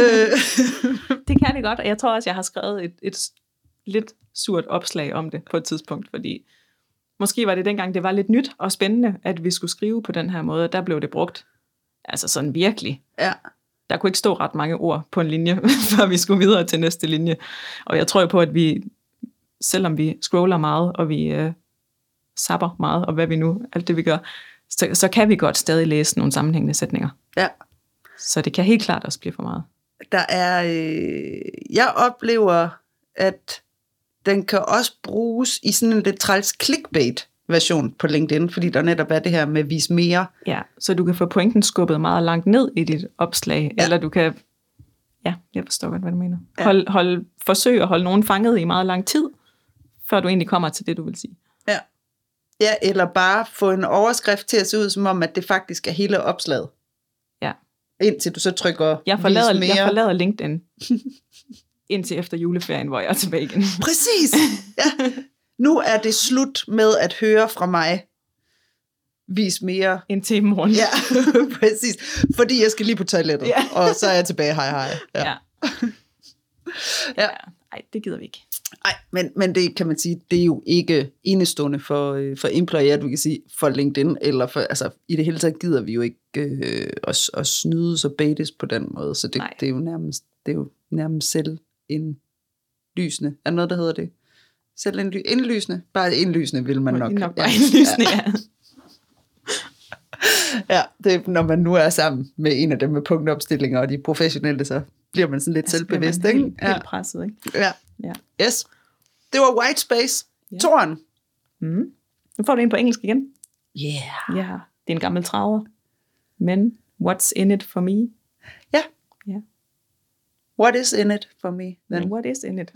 Det kan det godt, og jeg tror også, jeg har skrevet et lidt surt opslag om det på et tidspunkt, fordi måske var det dengang, det var lidt nyt og spændende, at vi skulle skrive på den her måde. Der blev det brugt altså sådan virkelig. Ja. Der kunne ikke stå ret mange ord på en linje, før vi skulle videre til næste linje. Og jeg tror jo på, at vi, selvom vi scroller meget, og vi zapper meget, og hvad vi nu, alt det vi gør, så kan vi godt stadig læse nogle sammenhængende sætninger. Ja. Så det kan helt klart også blive for meget. Der er, jeg oplever, at den kan også bruges i sådan en lidt træls clickbait-version på LinkedIn, fordi der netop er det her med vis mere. Ja, så du kan få pointen skubbet meget langt ned i dit opslag, eller du kan, jeg forstår godt, hvad du mener. Ja. Forsøg at holde nogen fanget i meget lang tid, før du egentlig kommer til det, du vil sige. Ja. Ja, eller bare få en overskrift til at se ud, som om, at det faktisk er hele opslaget. Ja. Indtil du så trykker jeg forlader LinkedIn. Indtil efter juleferien, hvor jeg er tilbage igen. Præcis! Ja. Nu er det slut med at høre fra mig. Vis mere. Indtil i morgen. Ja, præcis. Fordi jeg skal lige på toilettet, og så er jeg tilbage. Hej. Ja. Ja. Ej, det gider vi ikke. Nej, men det kan man sige, det er jo ikke enestående for employer, du kan sige, for LinkedIn, eller for, altså i det hele taget gider vi jo ikke at snydes og baites på den måde, så det er jo nærmest selvindlysende. Er der noget, der hedder det? Indlysende? Bare indlysende vil man nok. Nok bare indlysende, ja. Ja, det er, når man nu er sammen med en af dem med punktopstillinger, og de professionelle, så bliver man sådan lidt selvbevidst, ikke? Helt presset, ikke? Ja. Yes. Det var White Space. Yeah. Toren. Mm. Nu får du en på engelsk igen. Yeah. Ja, det er en gammel traver. Men what's in it for me? Ja. Yeah. What is in it for me? Then? What is in it?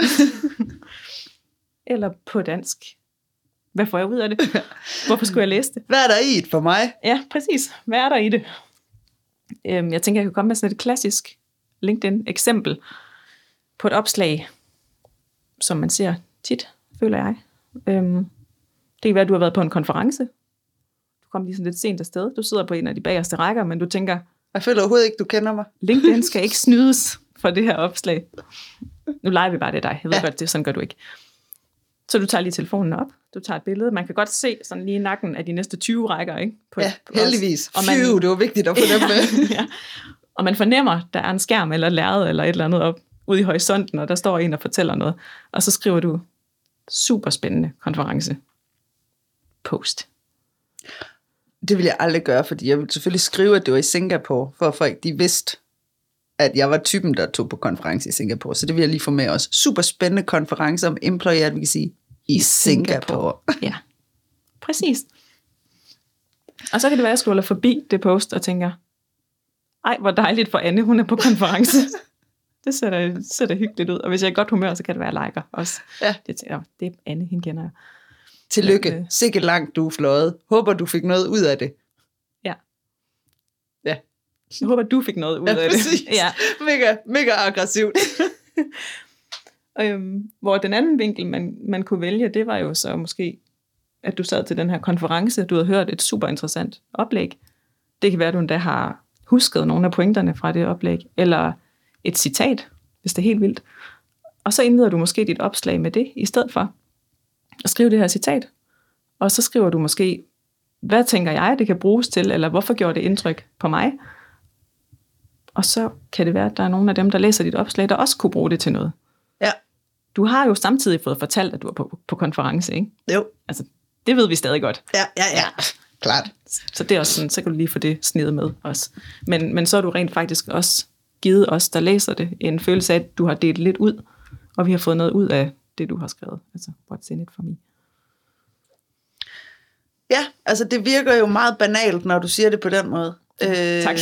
Eller på dansk. Hvad får jeg ud af det? Hvorfor skulle jeg læse det? Hvad er der i det for mig? Ja, præcis. Hvad er der i det? Jeg tænker, jeg kan komme med sådan et klassisk LinkedIn-eksempel på et opslag, som man ser tit, føler jeg. Det kan være, at du har været på en konference. Du kom lige sådan lidt sent afsted. Du sidder på en af de bagerste rækker, men du tænker... Jeg føler overhovedet ikke, du kender mig. LinkedIn skal ikke snydes for det her opslag. Nu leger vi bare det dig. Jeg ved godt, sådan gør du ikke. Så du tager lige telefonen op. Du tager et billede. Man kan godt se sådan lige nakken af de næste 20 rækker, ikke? På heldigvis. Det var vigtigt at få dem med. Ja. Og man fornemmer, der er en skærm eller et lærred eller et eller andet op ude i horisonten, og der står en og fortæller noget. Og så skriver du super spændende konference. Post. Det vil jeg aldrig gøre, fordi jeg vil selvfølgelig skrive, at det var i Singapore, for at folk de vidste, at jeg var typen, der tog på konference i Singapore. Så det vil jeg lige få med os. Super spændende konference om employer, vi kan sige, i Singapore. Ja, præcis. Og så kan det være, at jeg scroller forbi det post og tænker, ej, hvor dejligt for Anne, hun er på konference. Det ser hyggeligt ud. Og hvis jeg er i godt humør, så kan det være, jeg liker også. Ja. Det er Anne, hende kender jeg. Tillykke. Sikkert langt, du er fløjet. Håber, du fik noget ud af det. Ja. Ja. Jeg håber, du fik noget ud af præcis. det. Ja, mega, mega aggressivt. Hvor den anden vinkel, man kunne vælge, det var jo så måske, at du sad til den her konference, du havde hørt et super interessant oplæg. Det kan være, at du endda har husket nogle af pointerne fra det oplæg, eller et citat, hvis det er helt vildt. Og så indleder du måske dit opslag med det, i stedet for at skrive det her citat. Og så skriver du måske, hvad tænker jeg, det kan bruges til, eller hvorfor gjorde det indtryk på mig? Og så kan det være, at der er nogle af dem, der læser dit opslag, der også kunne bruge det til noget. Ja. Du har jo samtidig fået fortalt, at du er på konference, ikke? Jo. Altså, det ved vi stadig godt. Ja. Klart. Så det er også sådan, så kan du lige få det snedet med også. Men så har du rent faktisk også givet os, der læser det, en følelse af, at du har delt lidt ud, og vi har fået noget ud af det, du har skrevet. Altså, what's in it for me? Ja, altså det virker jo meget banalt, når du siger det på den måde. Tak.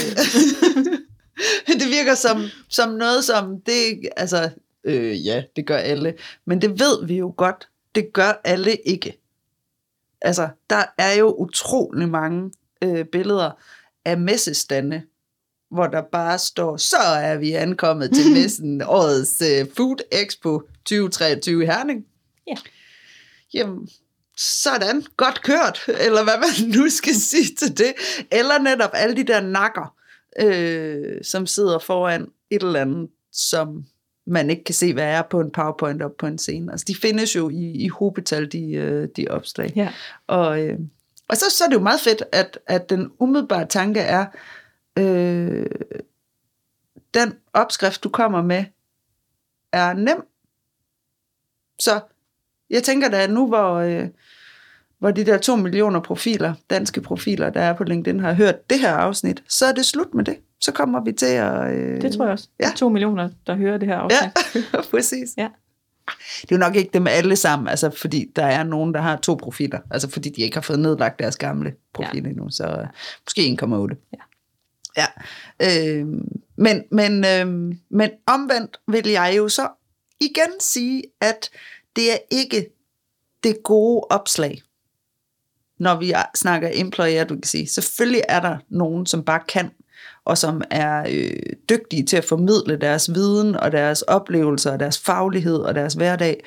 Det virker som noget, som det, altså, ja, det gør alle. Men det ved vi jo godt, det gør alle ikke. Altså, der er jo utrolig mange billeder af messestande, hvor der bare står, så er vi ankommet til messen, årets Food Expo 2023 i Herning. Ja. Jamen, sådan, godt kørt, eller hvad man nu skal sige til det. Eller netop alle de der nakker, som sidder foran et eller andet, som man ikke kan se, hvad er på en PowerPoint op på en scene. Altså, de findes jo i hobetal, de opslag. Ja. Og så er det jo meget fedt, at den umiddelbare tanke er, den opskrift, du kommer med, er nem. Så jeg tænker da, nu hvor de der 2 millioner profiler, danske profiler, der er på LinkedIn, har hørt det her afsnit, så er det slut med det. Så kommer vi til at... Det tror jeg også. Ja. 2 millioner, der hører det her afsnit. Ja, præcis. Ja. Det er jo nok ikke dem alle sammen, altså fordi der er nogen, der har 2 profiler, altså fordi de ikke har fået nedlagt deres gamle profil endnu, så måske 1,8. Ja. Men omvendt vil jeg jo så igen sige, at det er ikke det gode opslag, når vi snakker employer, du kan sige. Selvfølgelig er der nogen, som bare kan, og som er dygtige til at formidle deres viden, og deres oplevelser, og deres faglighed, og deres hverdag,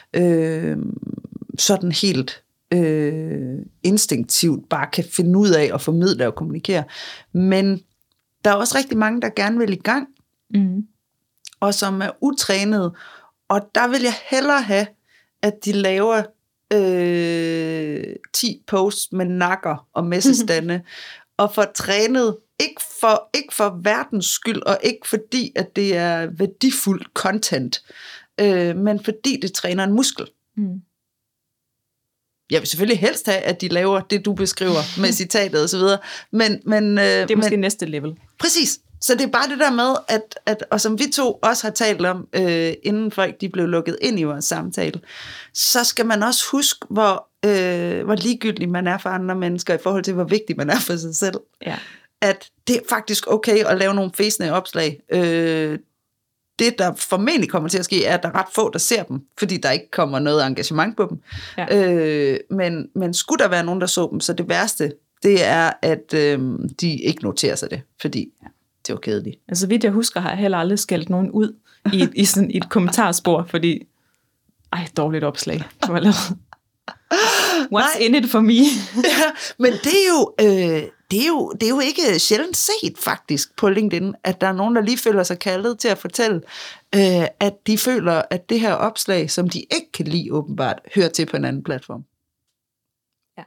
sådan helt instinktivt bare kan finde ud af at formidle og kommunikere. Men der er også rigtig mange, der gerne vil i gang, og som er utrænede, og der vil jeg hellere have, at de laver 10 posts med nakker og messestande, og får trænet, ikke for verdens skyld, og ikke fordi, at det er værdifuldt content, men fordi det træner en muskel. Jeg vil selvfølgelig helst have, at de laver det, du beskriver med citatet og så videre, men det er måske næste level. Præcis. Så det er bare det der med, at og som vi to også har talt om, inden folk de blev lukket ind i vores samtale, så skal man også huske, hvor ligegyldig man er for andre mennesker, i forhold til, hvor vigtig man er for sig selv. Ja. At det er faktisk okay at lave nogle fæsende opslag. Det, der formentlig kommer til at ske, er, at der er ret få, der ser dem, fordi der ikke kommer noget engagement på dem. Ja. Men skulle der være nogen, der så dem, så det værste, det er, at de ikke noterer sig det, fordi det var kedeligt. Altså vidt jeg husker, har jeg heller aldrig skældt nogen ud i sådan et kommentarspor, fordi dårligt opslag, du har lavet. What's in it for me? Ja, men det er jo ikke sjældent set faktisk på LinkedIn, at der er nogen, der lige føler sig kaldet til at fortælle, at de føler, at det her opslag, som de ikke kan lide åbenbart, hører til på en anden platform. Ja.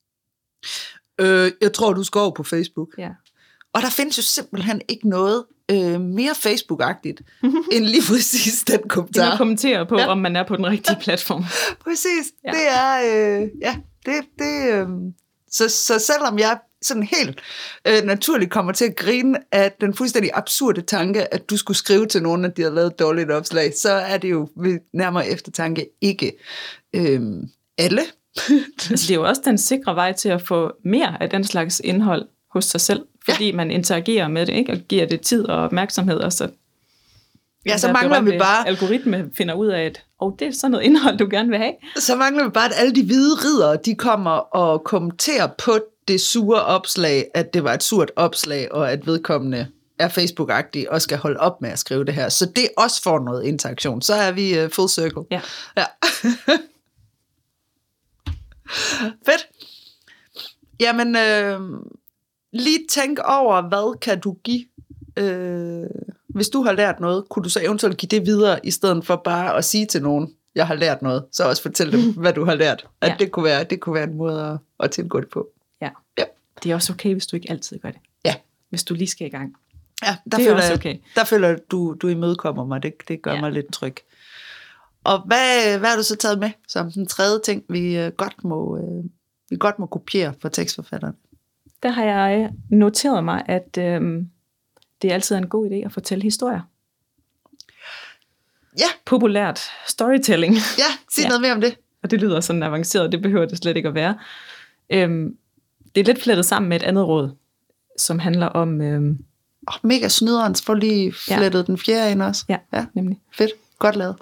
Jeg tror, du skal over på Facebook. Ja. Og der findes jo simpelthen ikke noget mere Facebook-agtigt, end lige præcis den kommentar. Man kommenterer på, om man er på den rigtige platform. Præcis. Ja. Det er... Så selvom jeg sådan helt naturligt kommer til at grine af den fuldstændig absurde tanke, at du skulle skrive til nogen, at de har lavet et dårligt opslag, så er det jo ved nærmere eftertanke ikke alle. Altså, det er jo også den sikre vej til at få mere af den slags indhold hos sig selv, fordi man interagerer med det, ikke? Og giver det tid og opmærksomhed, og så, så mangler vi bare... Algoritme finder ud af, at det er sådan noget indhold, du gerne vil have. Så mangler vi bare, at alle de hvide riddere, de kommer og kommenterer på det sure opslag, at det var et surt opslag, og at vedkommende er Facebook-agtig og skal holde op med at skrive det her. Så det også får noget interaktion. Så er vi full circle. Ja. Fedt. Jamen, lige tænk over, hvad kan du give, hvis du har lært noget, kunne du så eventuelt give det videre, i stedet for bare at sige til nogen, jeg har lært noget, så også fortælle dem, hvad du har lært. At det kunne være en måde at tilgå det på. Ja. Det er også okay, hvis du ikke altid gør det. Ja. Hvis du lige skal i gang. Ja, der føler du imødekommer mig. Det gør mig lidt tryg. Og hvad har du så taget med som den tredje ting, vi godt må kopiere for tekstforfatteren? Der har jeg noteret mig, at det er altid en god idé at fortælle historier. Ja. Populært storytelling. Ja, sig noget mere om det. Og det lyder sådan avanceret, det behøver det slet ikke at være. Det er lidt flettet sammen med et andet råd, som handler om... mega snyderens, for lige flettet den fjerde ind også. Ja, nemlig. Fedt, godt lavet.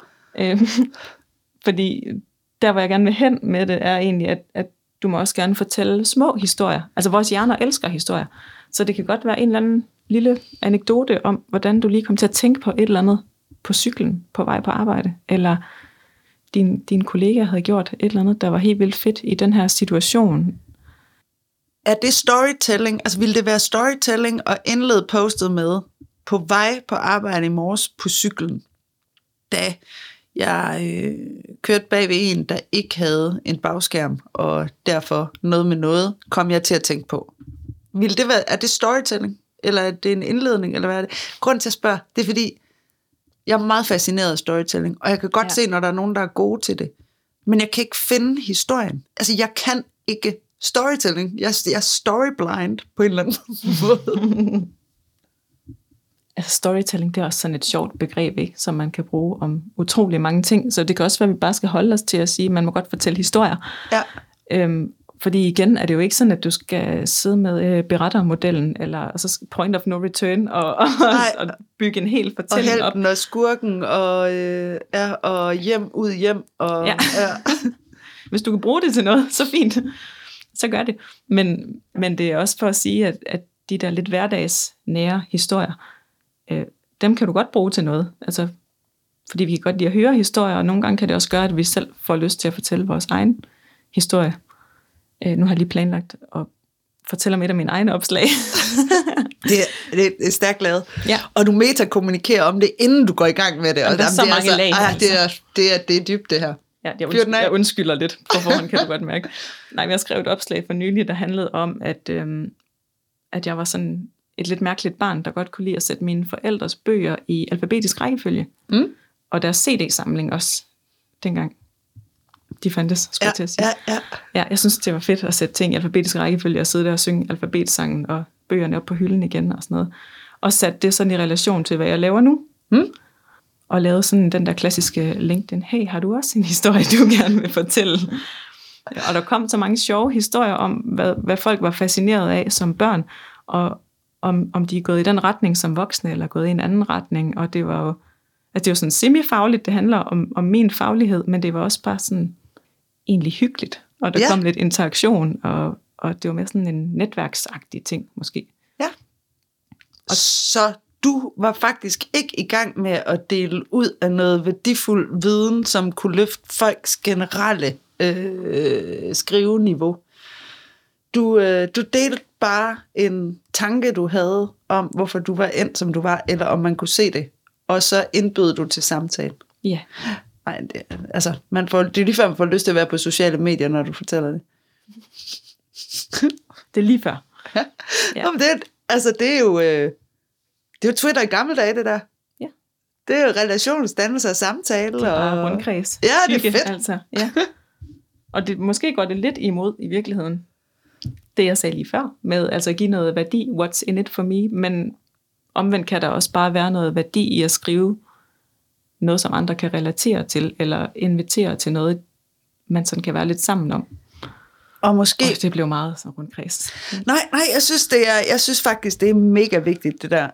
Fordi der, hvor jeg gerne vil hen med det, er egentlig, at du må også gerne fortælle små historier. Altså vores hjerner elsker historier. Så det kan godt være en eller anden lille anekdote om, hvordan du lige kom til at tænke på et eller andet på cyklen på vej på arbejde, eller din kollega havde gjort et eller andet, der var helt vildt fedt i den her situation. Er det storytelling? Altså ville det være storytelling at indlede postet med på vej på arbejde i morges på cyklen, da jeg kørte bag ved en, der ikke havde en bagskærm, og derfor noget med noget, kom jeg til at tænke på. Er det storytelling? Eller er det en indledning? Eller hvad er det? Grunden til at spørge, det er fordi, jeg er meget fascineret af storytelling, og jeg kan godt se, når der er nogen, der er gode til det. Men jeg kan ikke finde historien. Altså, jeg kan ikke storytelling. Jeg er storyblind på en eller anden måde. Altså storytelling, det er også sådan et sjovt begreb, ikke? Som man kan bruge om utrolig mange ting. Så det kan også være, at vi bare skal holde os til at sige, at man må godt fortælle historier. Ja. Fordi igen er det jo ikke sådan, at du skal sidde med berettermodellen, eller altså point of no return, og bygge en hel fortælling op. Og helten og skurken, og hjem ud hjem. Og, ja. Hvis du kan bruge det til noget, så fint. Så gør det. Men det er også for at sige, at de der lidt hverdagsnære historier, dem kan du godt bruge til noget. Altså, fordi vi kan godt lide at høre historier, og nogle gange kan det også gøre, at vi selv får lyst til at fortælle vores egen historie. Nu har jeg lige planlagt at fortælle om et af mine egne opslag. det er stærkt lavet. Ja. Og du metakommunikerer om det, inden du går i gang med det. Og der er så mange lag. Det er dybt, det her. Ja, jeg undskylder lidt på forhånd, kan du godt mærke. Nej, jeg skrev et opslag for nylig, der handlede om, at jeg var sådan et lidt mærkeligt barn, der godt kunne lide at sætte mine forældres bøger i alfabetisk rækkefølge. Og deres CD-samling også, dengang de fandtes, skulle jeg til at sige. Ja, jeg synes, det var fedt at sætte ting i alfabetisk rækkefølge, og sidde der og synge alfabetsangen, og bøgerne op på hylden igen, og sådan noget. Og satte det sådan i relation til, hvad jeg laver nu. Og lavede sådan den der klassiske LinkedIn, hey, har du også en historie, du gerne vil fortælle? Og der kom så mange sjove historier om, hvad folk var fascineret af som børn, og om de er gået i den retning som voksne, eller gået i en anden retning. Og det var jo sådan semifagligt, det handler om min faglighed, men det var også bare sådan egentlig hyggeligt. Og der kom lidt interaktion, og det var mere sådan en netværksagtig ting, måske. Ja. Og så du var faktisk ikke i gang med at dele ud af noget værdifuld viden, som kunne løfte folks generelle skriveniveau. Du delte bare en tanke, du havde om, hvorfor du var endt, som du var, eller om man kunne se det, og så indbød du til samtale. Ja. Nej, det er lige før, man får lyst til at være på sociale medier, når du fortæller det. Det er lige før. Ja. Jamen, det er jo Twitter i gamle dage, det der. Ja. Det er jo relationsdannelse og samtale. Det er bare rundkreds. Ja, det er fedt. Altså. Ja. Og måske går det lidt imod i virkeligheden, det jeg sagde lige før, med altså at give noget værdi, what's in it for me, men omvendt kan der også bare være noget værdi i at skrive noget, som andre kan relatere til, eller invitere til noget, man sådan kan være lidt sammen om. Og måske... det blev meget så rundkreds. Nej, jeg synes faktisk, det er mega vigtigt, det der.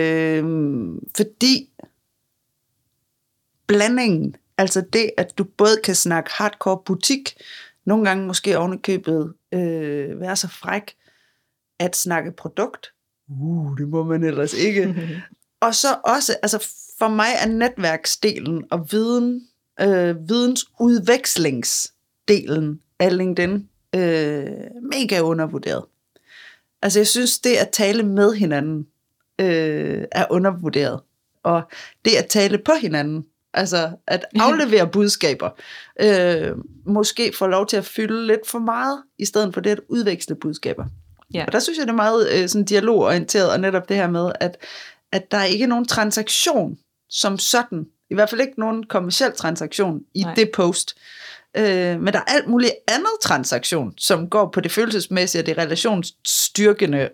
Fordi blandingen, altså det, at du både kan snakke hardcore butik, nogle gange måske ovenikøbet være så fræk, at snakke produkt. Det må man ellers ikke. Og så også, altså for mig er netværksdelen og vidensudvekslingsdelen af LinkedIn mega undervurderet. Altså jeg synes, det at tale med hinanden er undervurderet. Og det at tale på hinanden, altså at aflevere budskaber, måske får lov til at fylde lidt for meget, i stedet for det at udveksle budskaber. Ja. Og der synes jeg, det er meget sådan dialogorienteret, og netop det her med, at der er ikke nogen transaktion som sådan, i hvert fald ikke nogen kommerciel transaktion i det post, men der er alt muligt andet transaktion, som går på det følelsesmæssige, og det relationsstyrkende,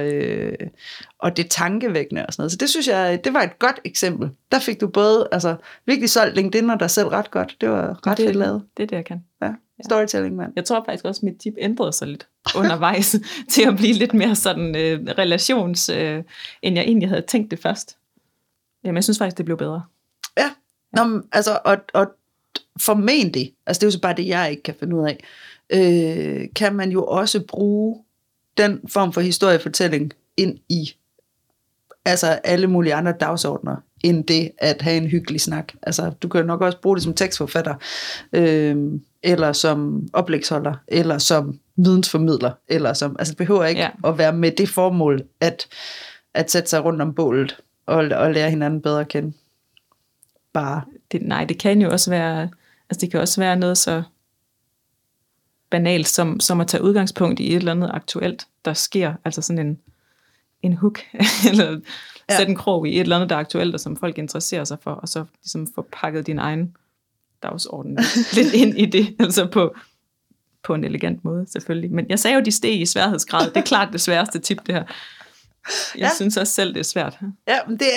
og det tankevækkende og sådan noget. Så det synes jeg, det var et godt eksempel. Der fik du både, altså virkelig solgt LinkedIn og dig selv ret godt. Det var ret fedt lavet. Det er det, jeg kan. Ja. Storytelling, mand. Jeg tror faktisk også, at mit tip ændrede sig lidt undervejs, til at blive lidt mere sådan relations, end jeg egentlig havde tænkt det først. Jamen, jeg synes faktisk, det blev bedre. Ja, nå, altså, og formentlig, altså det er jo så bare det, jeg ikke kan finde ud af, kan man jo også bruge den form for historiefortælling ind i altså alle mulige andre dagsordner, end det at have en hyggelig snak. Altså, du kan nok også bruge det som tekstforfatter, eller som oplægsholder, eller som vidensformidler, eller som, altså det behøver ikke at være med det formål, at sætte sig rundt om bålet, og lære hinanden bedre at kende. Bare. Det kan jo også være, altså det kan også være noget så banalt, som at tage udgangspunkt i et eller andet aktuelt, der sker, altså sådan en hook, eller sætte en krog i et eller andet, der er aktuelt, og som folk interesserer sig for, og så ligesom få pakket din egen dagsorden lidt ind i det, altså på en elegant måde, selvfølgelig. Men jeg sagde jo, de steg i sværhedsgrad. Det er klart det sværeste tip, det her. Jeg synes også selv, det er svært. Ja, men det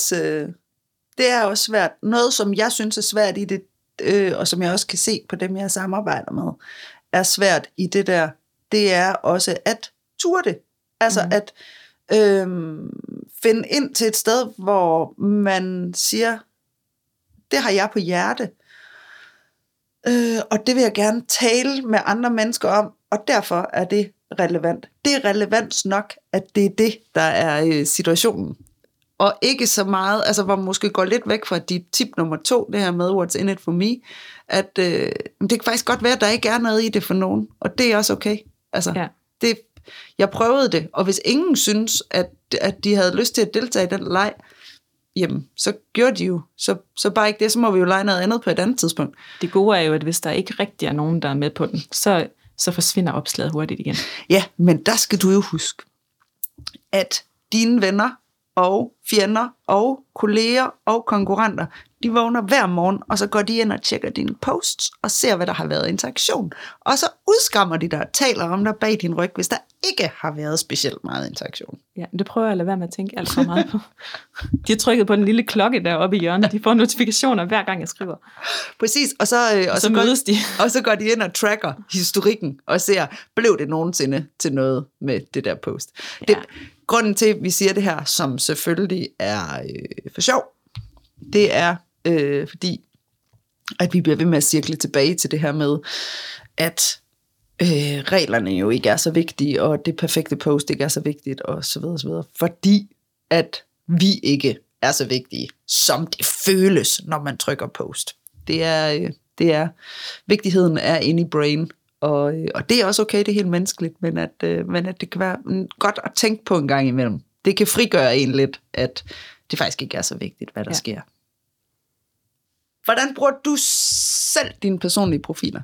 er også svært. Noget, som jeg synes er svært i det, og som jeg også kan se på dem, jeg samarbejder med, er svært i det der, det er også at turde det. Altså at finde ind til et sted, hvor man siger, det har jeg på hjerte, og det vil jeg gerne tale med andre mennesker om, og derfor er det relevant. Det er relevant nok, at det er det, der er situationen. Og ikke så meget, altså hvor man måske går lidt væk fra dit tip nummer 2, det her med what's in it for me, at det kan faktisk godt være, at der ikke er noget i det for nogen, og det er også okay. Altså, jeg prøvede det, og hvis ingen synes, at de havde lyst til at deltage i den leg, jamen, så gjorde de jo. Så bare ikke det, så må vi jo lege noget andet på et andet tidspunkt. Det gode er jo, at hvis der ikke rigtig er nogen, der er med på den, så forsvinder opslaget hurtigt igen. Ja, men der skal du jo huske, at dine venner og fjender og kolleger og konkurrenter, de vågner hver morgen, og så går de ind og tjekker dine posts, og ser, hvad der har været interaktion. Og så udskammer de dig og taler om dig bag din ryg, hvis der ikke har været specielt meget interaktion. Ja, det prøver jeg at lade være med at tænke alt for meget på. De har trykket på den lille klokke deroppe i hjørnet. De får notifikationer hver gang, jeg skriver. Præcis, og så mødes de. Og så går de ind og tracker historikken, og ser, blev det nogensinde til noget med det der post. Ja. Grunden til, at vi siger det her, som selvfølgelig er for sjov, det er fordi, at vi bliver ved med at cirkle tilbage til det her med, at reglerne jo ikke er så vigtige, og det perfekte post ikke er så vigtigt, og så videre, så videre. Fordi at vi ikke er så vigtige, som det føles, når man trykker post. Det er vigtigheden er inde i brain, og det er også okay, det er helt menneskeligt, men at det kan være godt at tænke på en gang imellem. Det kan frigøre en lidt, at det faktisk ikke er så vigtigt, hvad der sker. Hvordan bruger du selv dine personlige profiler?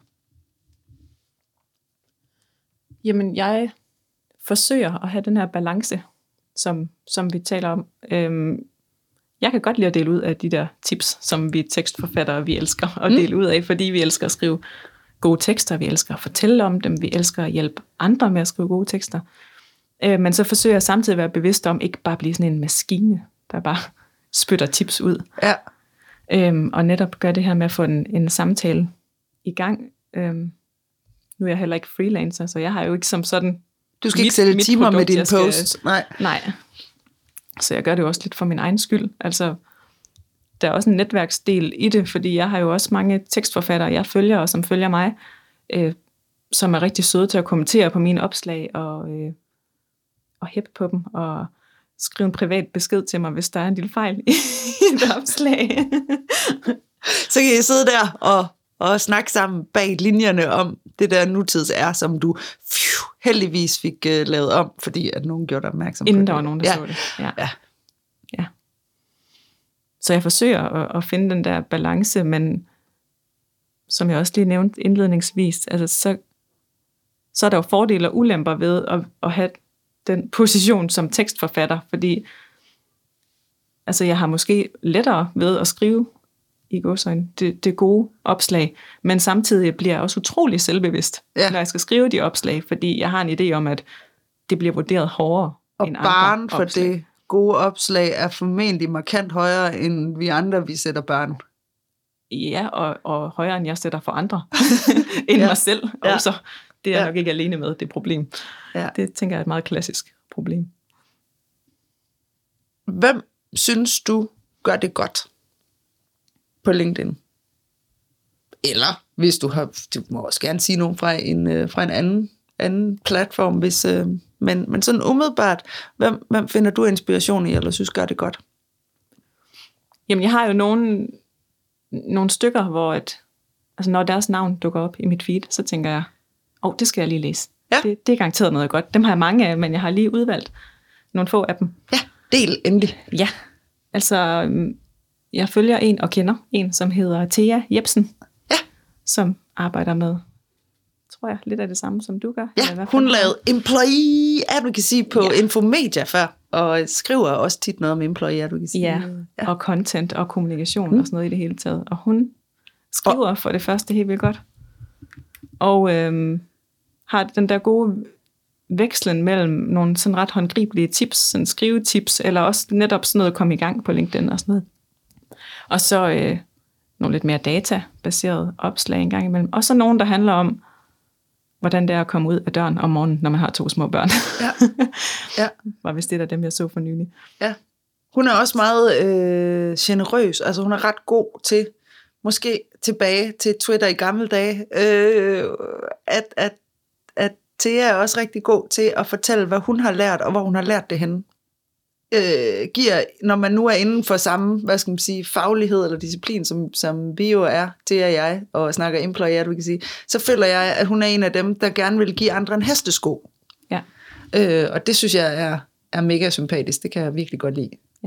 Jamen, jeg forsøger at have den her balance, som vi taler om. Jeg kan godt lide at dele ud af de der tips, som vi tekstforfattere, vi elsker at dele ud af, fordi vi elsker at skrive gode tekster, vi elsker at fortælle om dem, vi elsker at hjælpe andre med at skrive gode tekster. Men så forsøger jeg samtidig at være bevidst om, ikke bare blive sådan en maskine, der bare spytter tips ud. Ja. Og netop gøre det her med at få en samtale i gang. nu er jeg heller ikke freelancer, så jeg har jo ikke som sådan... Du skal ikke sælge timer produkt, med din post. Nej. Så jeg gør det jo også lidt for min egen skyld. Altså, der er også en netværksdel i det, fordi jeg har jo også mange tekstforfattere, jeg følger, og som følger mig, som er rigtig søde til at kommentere på mine opslag, og hæppe på dem, og skrive en privat besked til mig, hvis der er en lille fejl i et opslag. Så kan I sidde der og snakke sammen bag linjerne om det der nutids som du heldigvis fik lavet om, fordi at nogen gjorde dig opmærksom på det. Inden der var nogen, der så det. Ja. Så jeg forsøger at finde den der balance, men som jeg også lige nævnte indledningsvis, altså så er der jo fordele og ulemper ved at have den position som tekstforfatter, fordi altså jeg har måske lettere ved at skrive i gåseøjne det gode opslag, men samtidig bliver jeg også utrolig selvbevidst, når jeg skal skrive de opslag, fordi jeg har en idé om, at det bliver vurderet hårdere end andre barn for opslag. det gode opslag er formentlig markant højere, end vi andre, vi sætter barn. Ja, og højere end jeg sætter for andre, end mig selv også. Det er jeg nok ikke alene med, det problem. Ja. Det tænker jeg er et meget klassisk problem. Hvem synes du gør det godt på LinkedIn? Eller hvis du må også gerne sige nogen fra en anden platform, hvis, men sådan umiddelbart, hvem finder du inspiration i, eller synes gør det godt? Jamen, jeg har jo nogle stykker, hvor altså når deres navn dukker op i mit feed, så tænker jeg, det skal jeg lige læse. Ja. Det er garanteret noget godt. Dem har jeg mange af, men jeg har lige udvalgt nogle få af dem. Ja, del endelig. Ja, altså jeg følger en, som hedder Thea Jebsen, som arbejder med, tror jeg, lidt af det samme, som du gør. Ja, hun lavede employee advocacy på Infomedia før, og skriver også tit noget om employee advocacy. Ja, og content og kommunikation og sådan noget i det hele taget. Og hun skriver for det første helt vildt godt. Og har den der gode vekslen mellem nogle sådan ret håndgribelige tips, sådan skrivetips, eller også netop sådan noget at komme i gang på LinkedIn og sådan noget. Og så nogle lidt mere databaserede opslag en gang imellem. Og så nogle, der handler om, hvordan det er at komme ud af døren om morgenen, når man har 2 små børn. Ja. Var vist det der dem, jeg så for nylig. Ja. Hun er også meget generøs. Altså hun er ret god til, måske tilbage til Twitter i gamle dage, at Thea er også rigtig god til at fortælle, hvad hun har lært, og hvor hun har lært det henne. Giver, når man nu er inden for samme, hvad skal man sige, faglighed eller disciplin, som vi jo er, Thea og jeg, og snakker employee advocacy, så føler jeg, at hun er en af dem, der gerne vil give andre en hestesko. Ja. Og det synes jeg er mega sympatisk. Det kan jeg virkelig godt lide. Ja.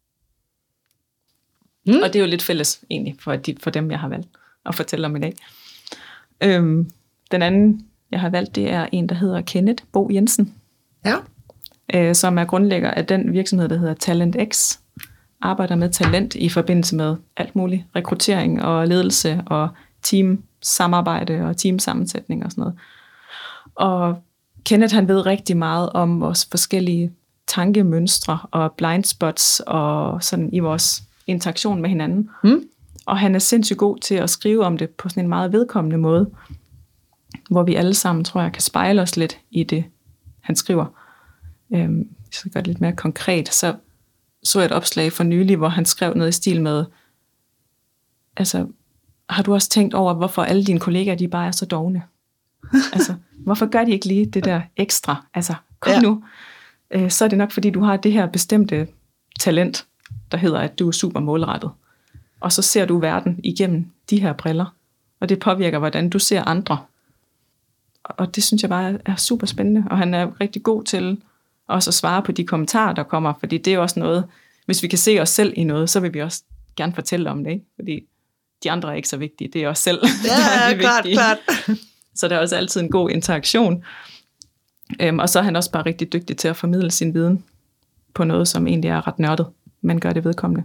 Og det er jo lidt fælles egentlig for dem, jeg har valgt at fortælle om i dag. Den anden, jeg har valgt, det er en, der hedder Kenneth Bo Jensen. Ja. Som er grundlægger af den virksomhed, der hedder TalentX. Arbejder med talent i forbindelse med alt muligt. Rekruttering og ledelse og teamsamarbejde og teamsammensætning og sådan noget. Og Kenneth, han ved rigtig meget om vores forskellige tankemønstre og blindspots og sådan i vores interaktion med hinanden. Og han er sindssygt god til at skrive om det på sådan en meget vedkommende måde, hvor vi alle sammen, tror jeg, kan spejle os lidt i det, han skriver. Hvis jeg gør det lidt mere konkret, så jeg et opslag for nylig, hvor han skrev noget i stil med, altså, har du også tænkt over, hvorfor alle dine kollegaer, de bare er så dovne? Altså, hvorfor gør de ikke lige det der ekstra? Altså, kom nu. Så er det nok, fordi du har det her bestemte talent, der hedder, at du er super målrettet. Og så ser du verden igennem de her briller, og det påvirker, hvordan du ser andre. Og det synes jeg bare er super spændende, og han er rigtig god til også at svare på de kommentarer, der kommer, fordi det er også noget, hvis vi kan se os selv i noget, så vil vi også gerne fortælle om det, ikke? Fordi de andre er ikke så vigtige, det er os selv, der er de vigtige. Klart. Så der er også altid en god interaktion. Og så er han også bare rigtig dygtig til at formidle sin viden på noget, som egentlig er ret nørdet, men gør det vedkommende.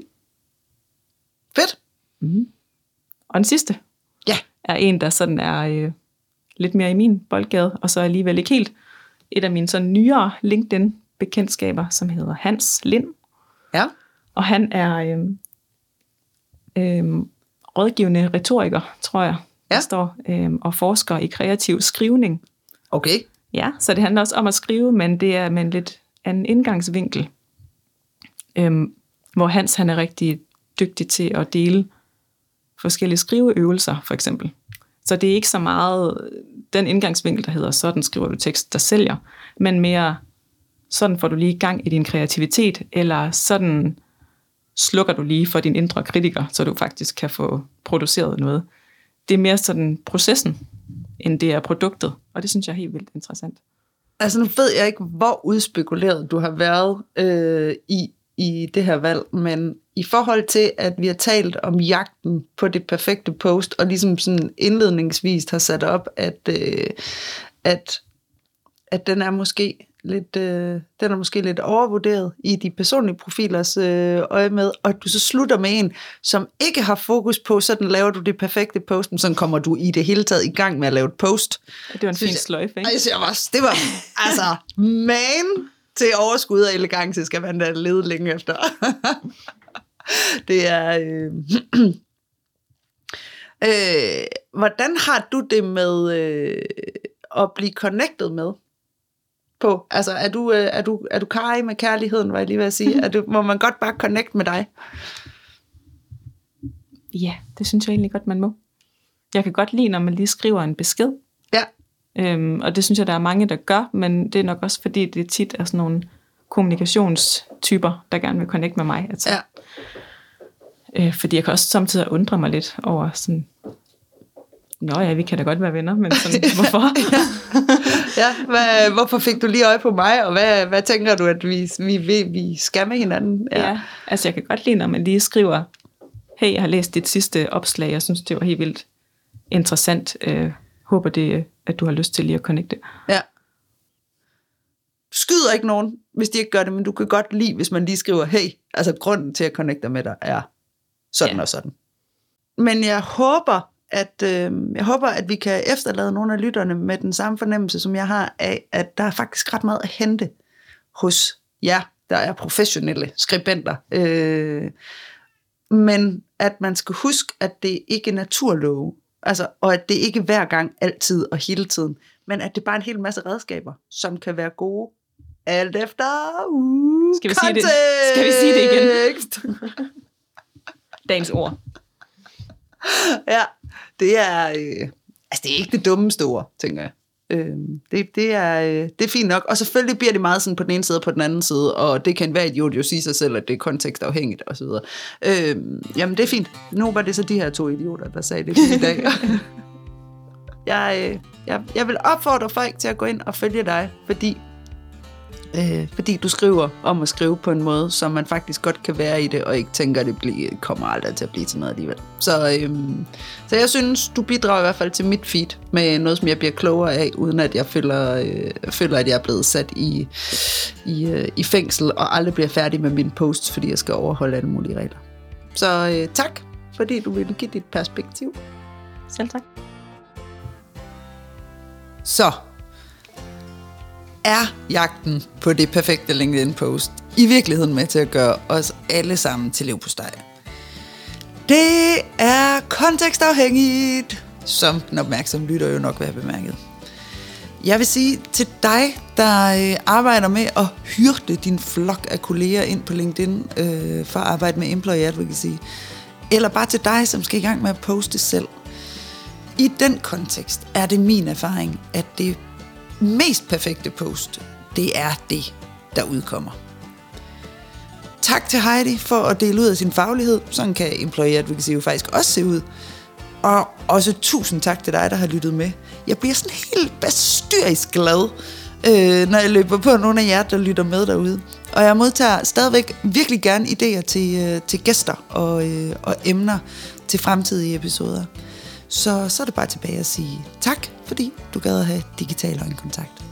Fedt. Og den sidste er en, der sådan er lidt mere i min boldgade, og så alligevel ikke helt. Et af mine sådan nyere LinkedIn-bekendtskaber, som hedder Hans Lind. Ja. Og han er rådgivende retoriker, tror jeg. der står, og forsker i kreativ skrivning. Okay. Ja, så det handler også om at skrive, men det er med en lidt anden indgangsvinkel, hvor Hans han er rigtig dygtig til at dele forskellige skriveøvelser, for eksempel. Så det er ikke så meget den indgangsvinkel, der hedder, sådan skriver du tekst, der sælger, men mere, sådan får du lige i gang i din kreativitet, eller sådan slukker du lige for din indre kritiker, så du faktisk kan få produceret noget. Det er mere sådan processen, end det er produktet, og det synes jeg er helt vildt interessant. Altså nu ved jeg ikke, hvor udspekuleret du har været i det her valg, men i forhold til, at vi har talt om jagten på det perfekte post, og ligesom sådan indledningsvis har sat op, at den er måske lidt overvurderet i de personlige profilers øje med, og at du så slutter med en, som ikke har fokus på, sådan laver du det perfekte post, men sådan kommer du i det hele taget i gang med at lave et post. Det var en fin sløjfe, ikke? Det var altså man til overskud og elegance, skal man da lede længe efter. Det er... hvordan har du det med at blive connected med? På? Altså, er du karrig med kærligheden, var jeg lige ved at sige? Må man godt bare connect med dig? Ja, det synes jeg egentlig godt, man må. Jeg kan godt lide, når man lige skriver en besked. Ja. Og det synes jeg, der er mange, der gør, men det er nok også, fordi det tit er sådan nogle kommunikationstyper, der gerne vil connect med mig. Altså. Ja. Fordi jeg kan også samtidig undre mig lidt over sådan, nå ja, vi kan da godt være venner, men sådan, hvorfor? Hvorfor fik du lige øje på mig, og hvad tænker du, at vi skal med hinanden? Ja, altså jeg kan godt lide, når man lige skriver, hey, jeg har læst dit sidste opslag, jeg synes, det var helt vildt interessant. Håber det, at du har lyst til lige at connecte. Ja. Du skyder ikke nogen, hvis de ikke gør det, men du kan godt lide, hvis man lige skriver, hey, altså grunden til at connecte med dig er sådan og sådan. Men jeg håber, at vi kan efterlade nogle af lytterne med den samme fornemmelse, som jeg har af, at der er faktisk ret meget at hente hos jer, der er professionelle skribenter. Men at man skal huske, at det ikke er naturlove, altså, og at det ikke hver gang, altid og hele tiden, men at det bare er en hel masse redskaber, som kan være gode, alt efter Skal vi sige det igen? Dagens ord. Ja, det er det er ikke det dummeste ord, tænker jeg. Det er fint nok, og selvfølgelig bliver det meget sådan på den ene side og på den anden side, og det kan enhver idiot jo sige sig selv, at det er kontekstafhængigt og så videre. Jamen det er fint. Nu var det så de her 2 idioter, der sagde det i dag. Jeg vil opfordre folk til at gå ind og følge dig, fordi du skriver om at skrive på en måde, som man faktisk godt kan være i det, og ikke tænker, at det kommer aldrig til at blive til noget alligevel. Så jeg synes, du bidrager i hvert fald til mit feed med noget, som jeg bliver klogere af, uden at jeg føler, at jeg er blevet sat i fængsel, og aldrig bliver færdig med mine posts, fordi jeg skal overholde alle mulige regler. Så tak, fordi du ville give dit perspektiv. Selv tak. Så er jagten på det perfekte LinkedIn-post i virkeligheden med til at gøre os alle sammen til leverpostej. Det er kontekstafhængigt, som den opmærksomme lytter jo nok vil have bemærket. Jeg vil sige til dig, der arbejder med at hyrde din flok af kolleger ind på LinkedIn for at arbejde med employee advocacy, eller bare til dig, som skal i gang med at poste selv. I den kontekst er det min erfaring, at det mest perfekte post, det er det, der udkommer. Tak til Heidi for at dele ud af sin faglighed. Sådan kan employee advocacy jo faktisk også se ud. Og også tusind tak til dig, der har lyttet med. Jeg bliver sådan helt bestyrisk glad, når jeg løber på nogle af jer, der lytter med derude. Og jeg modtager stadigvæk virkelig gerne idéer til gæster og emner til fremtidige episoder. Så er det bare tilbage at sige tak, fordi du gad at have digital øjenkontakt.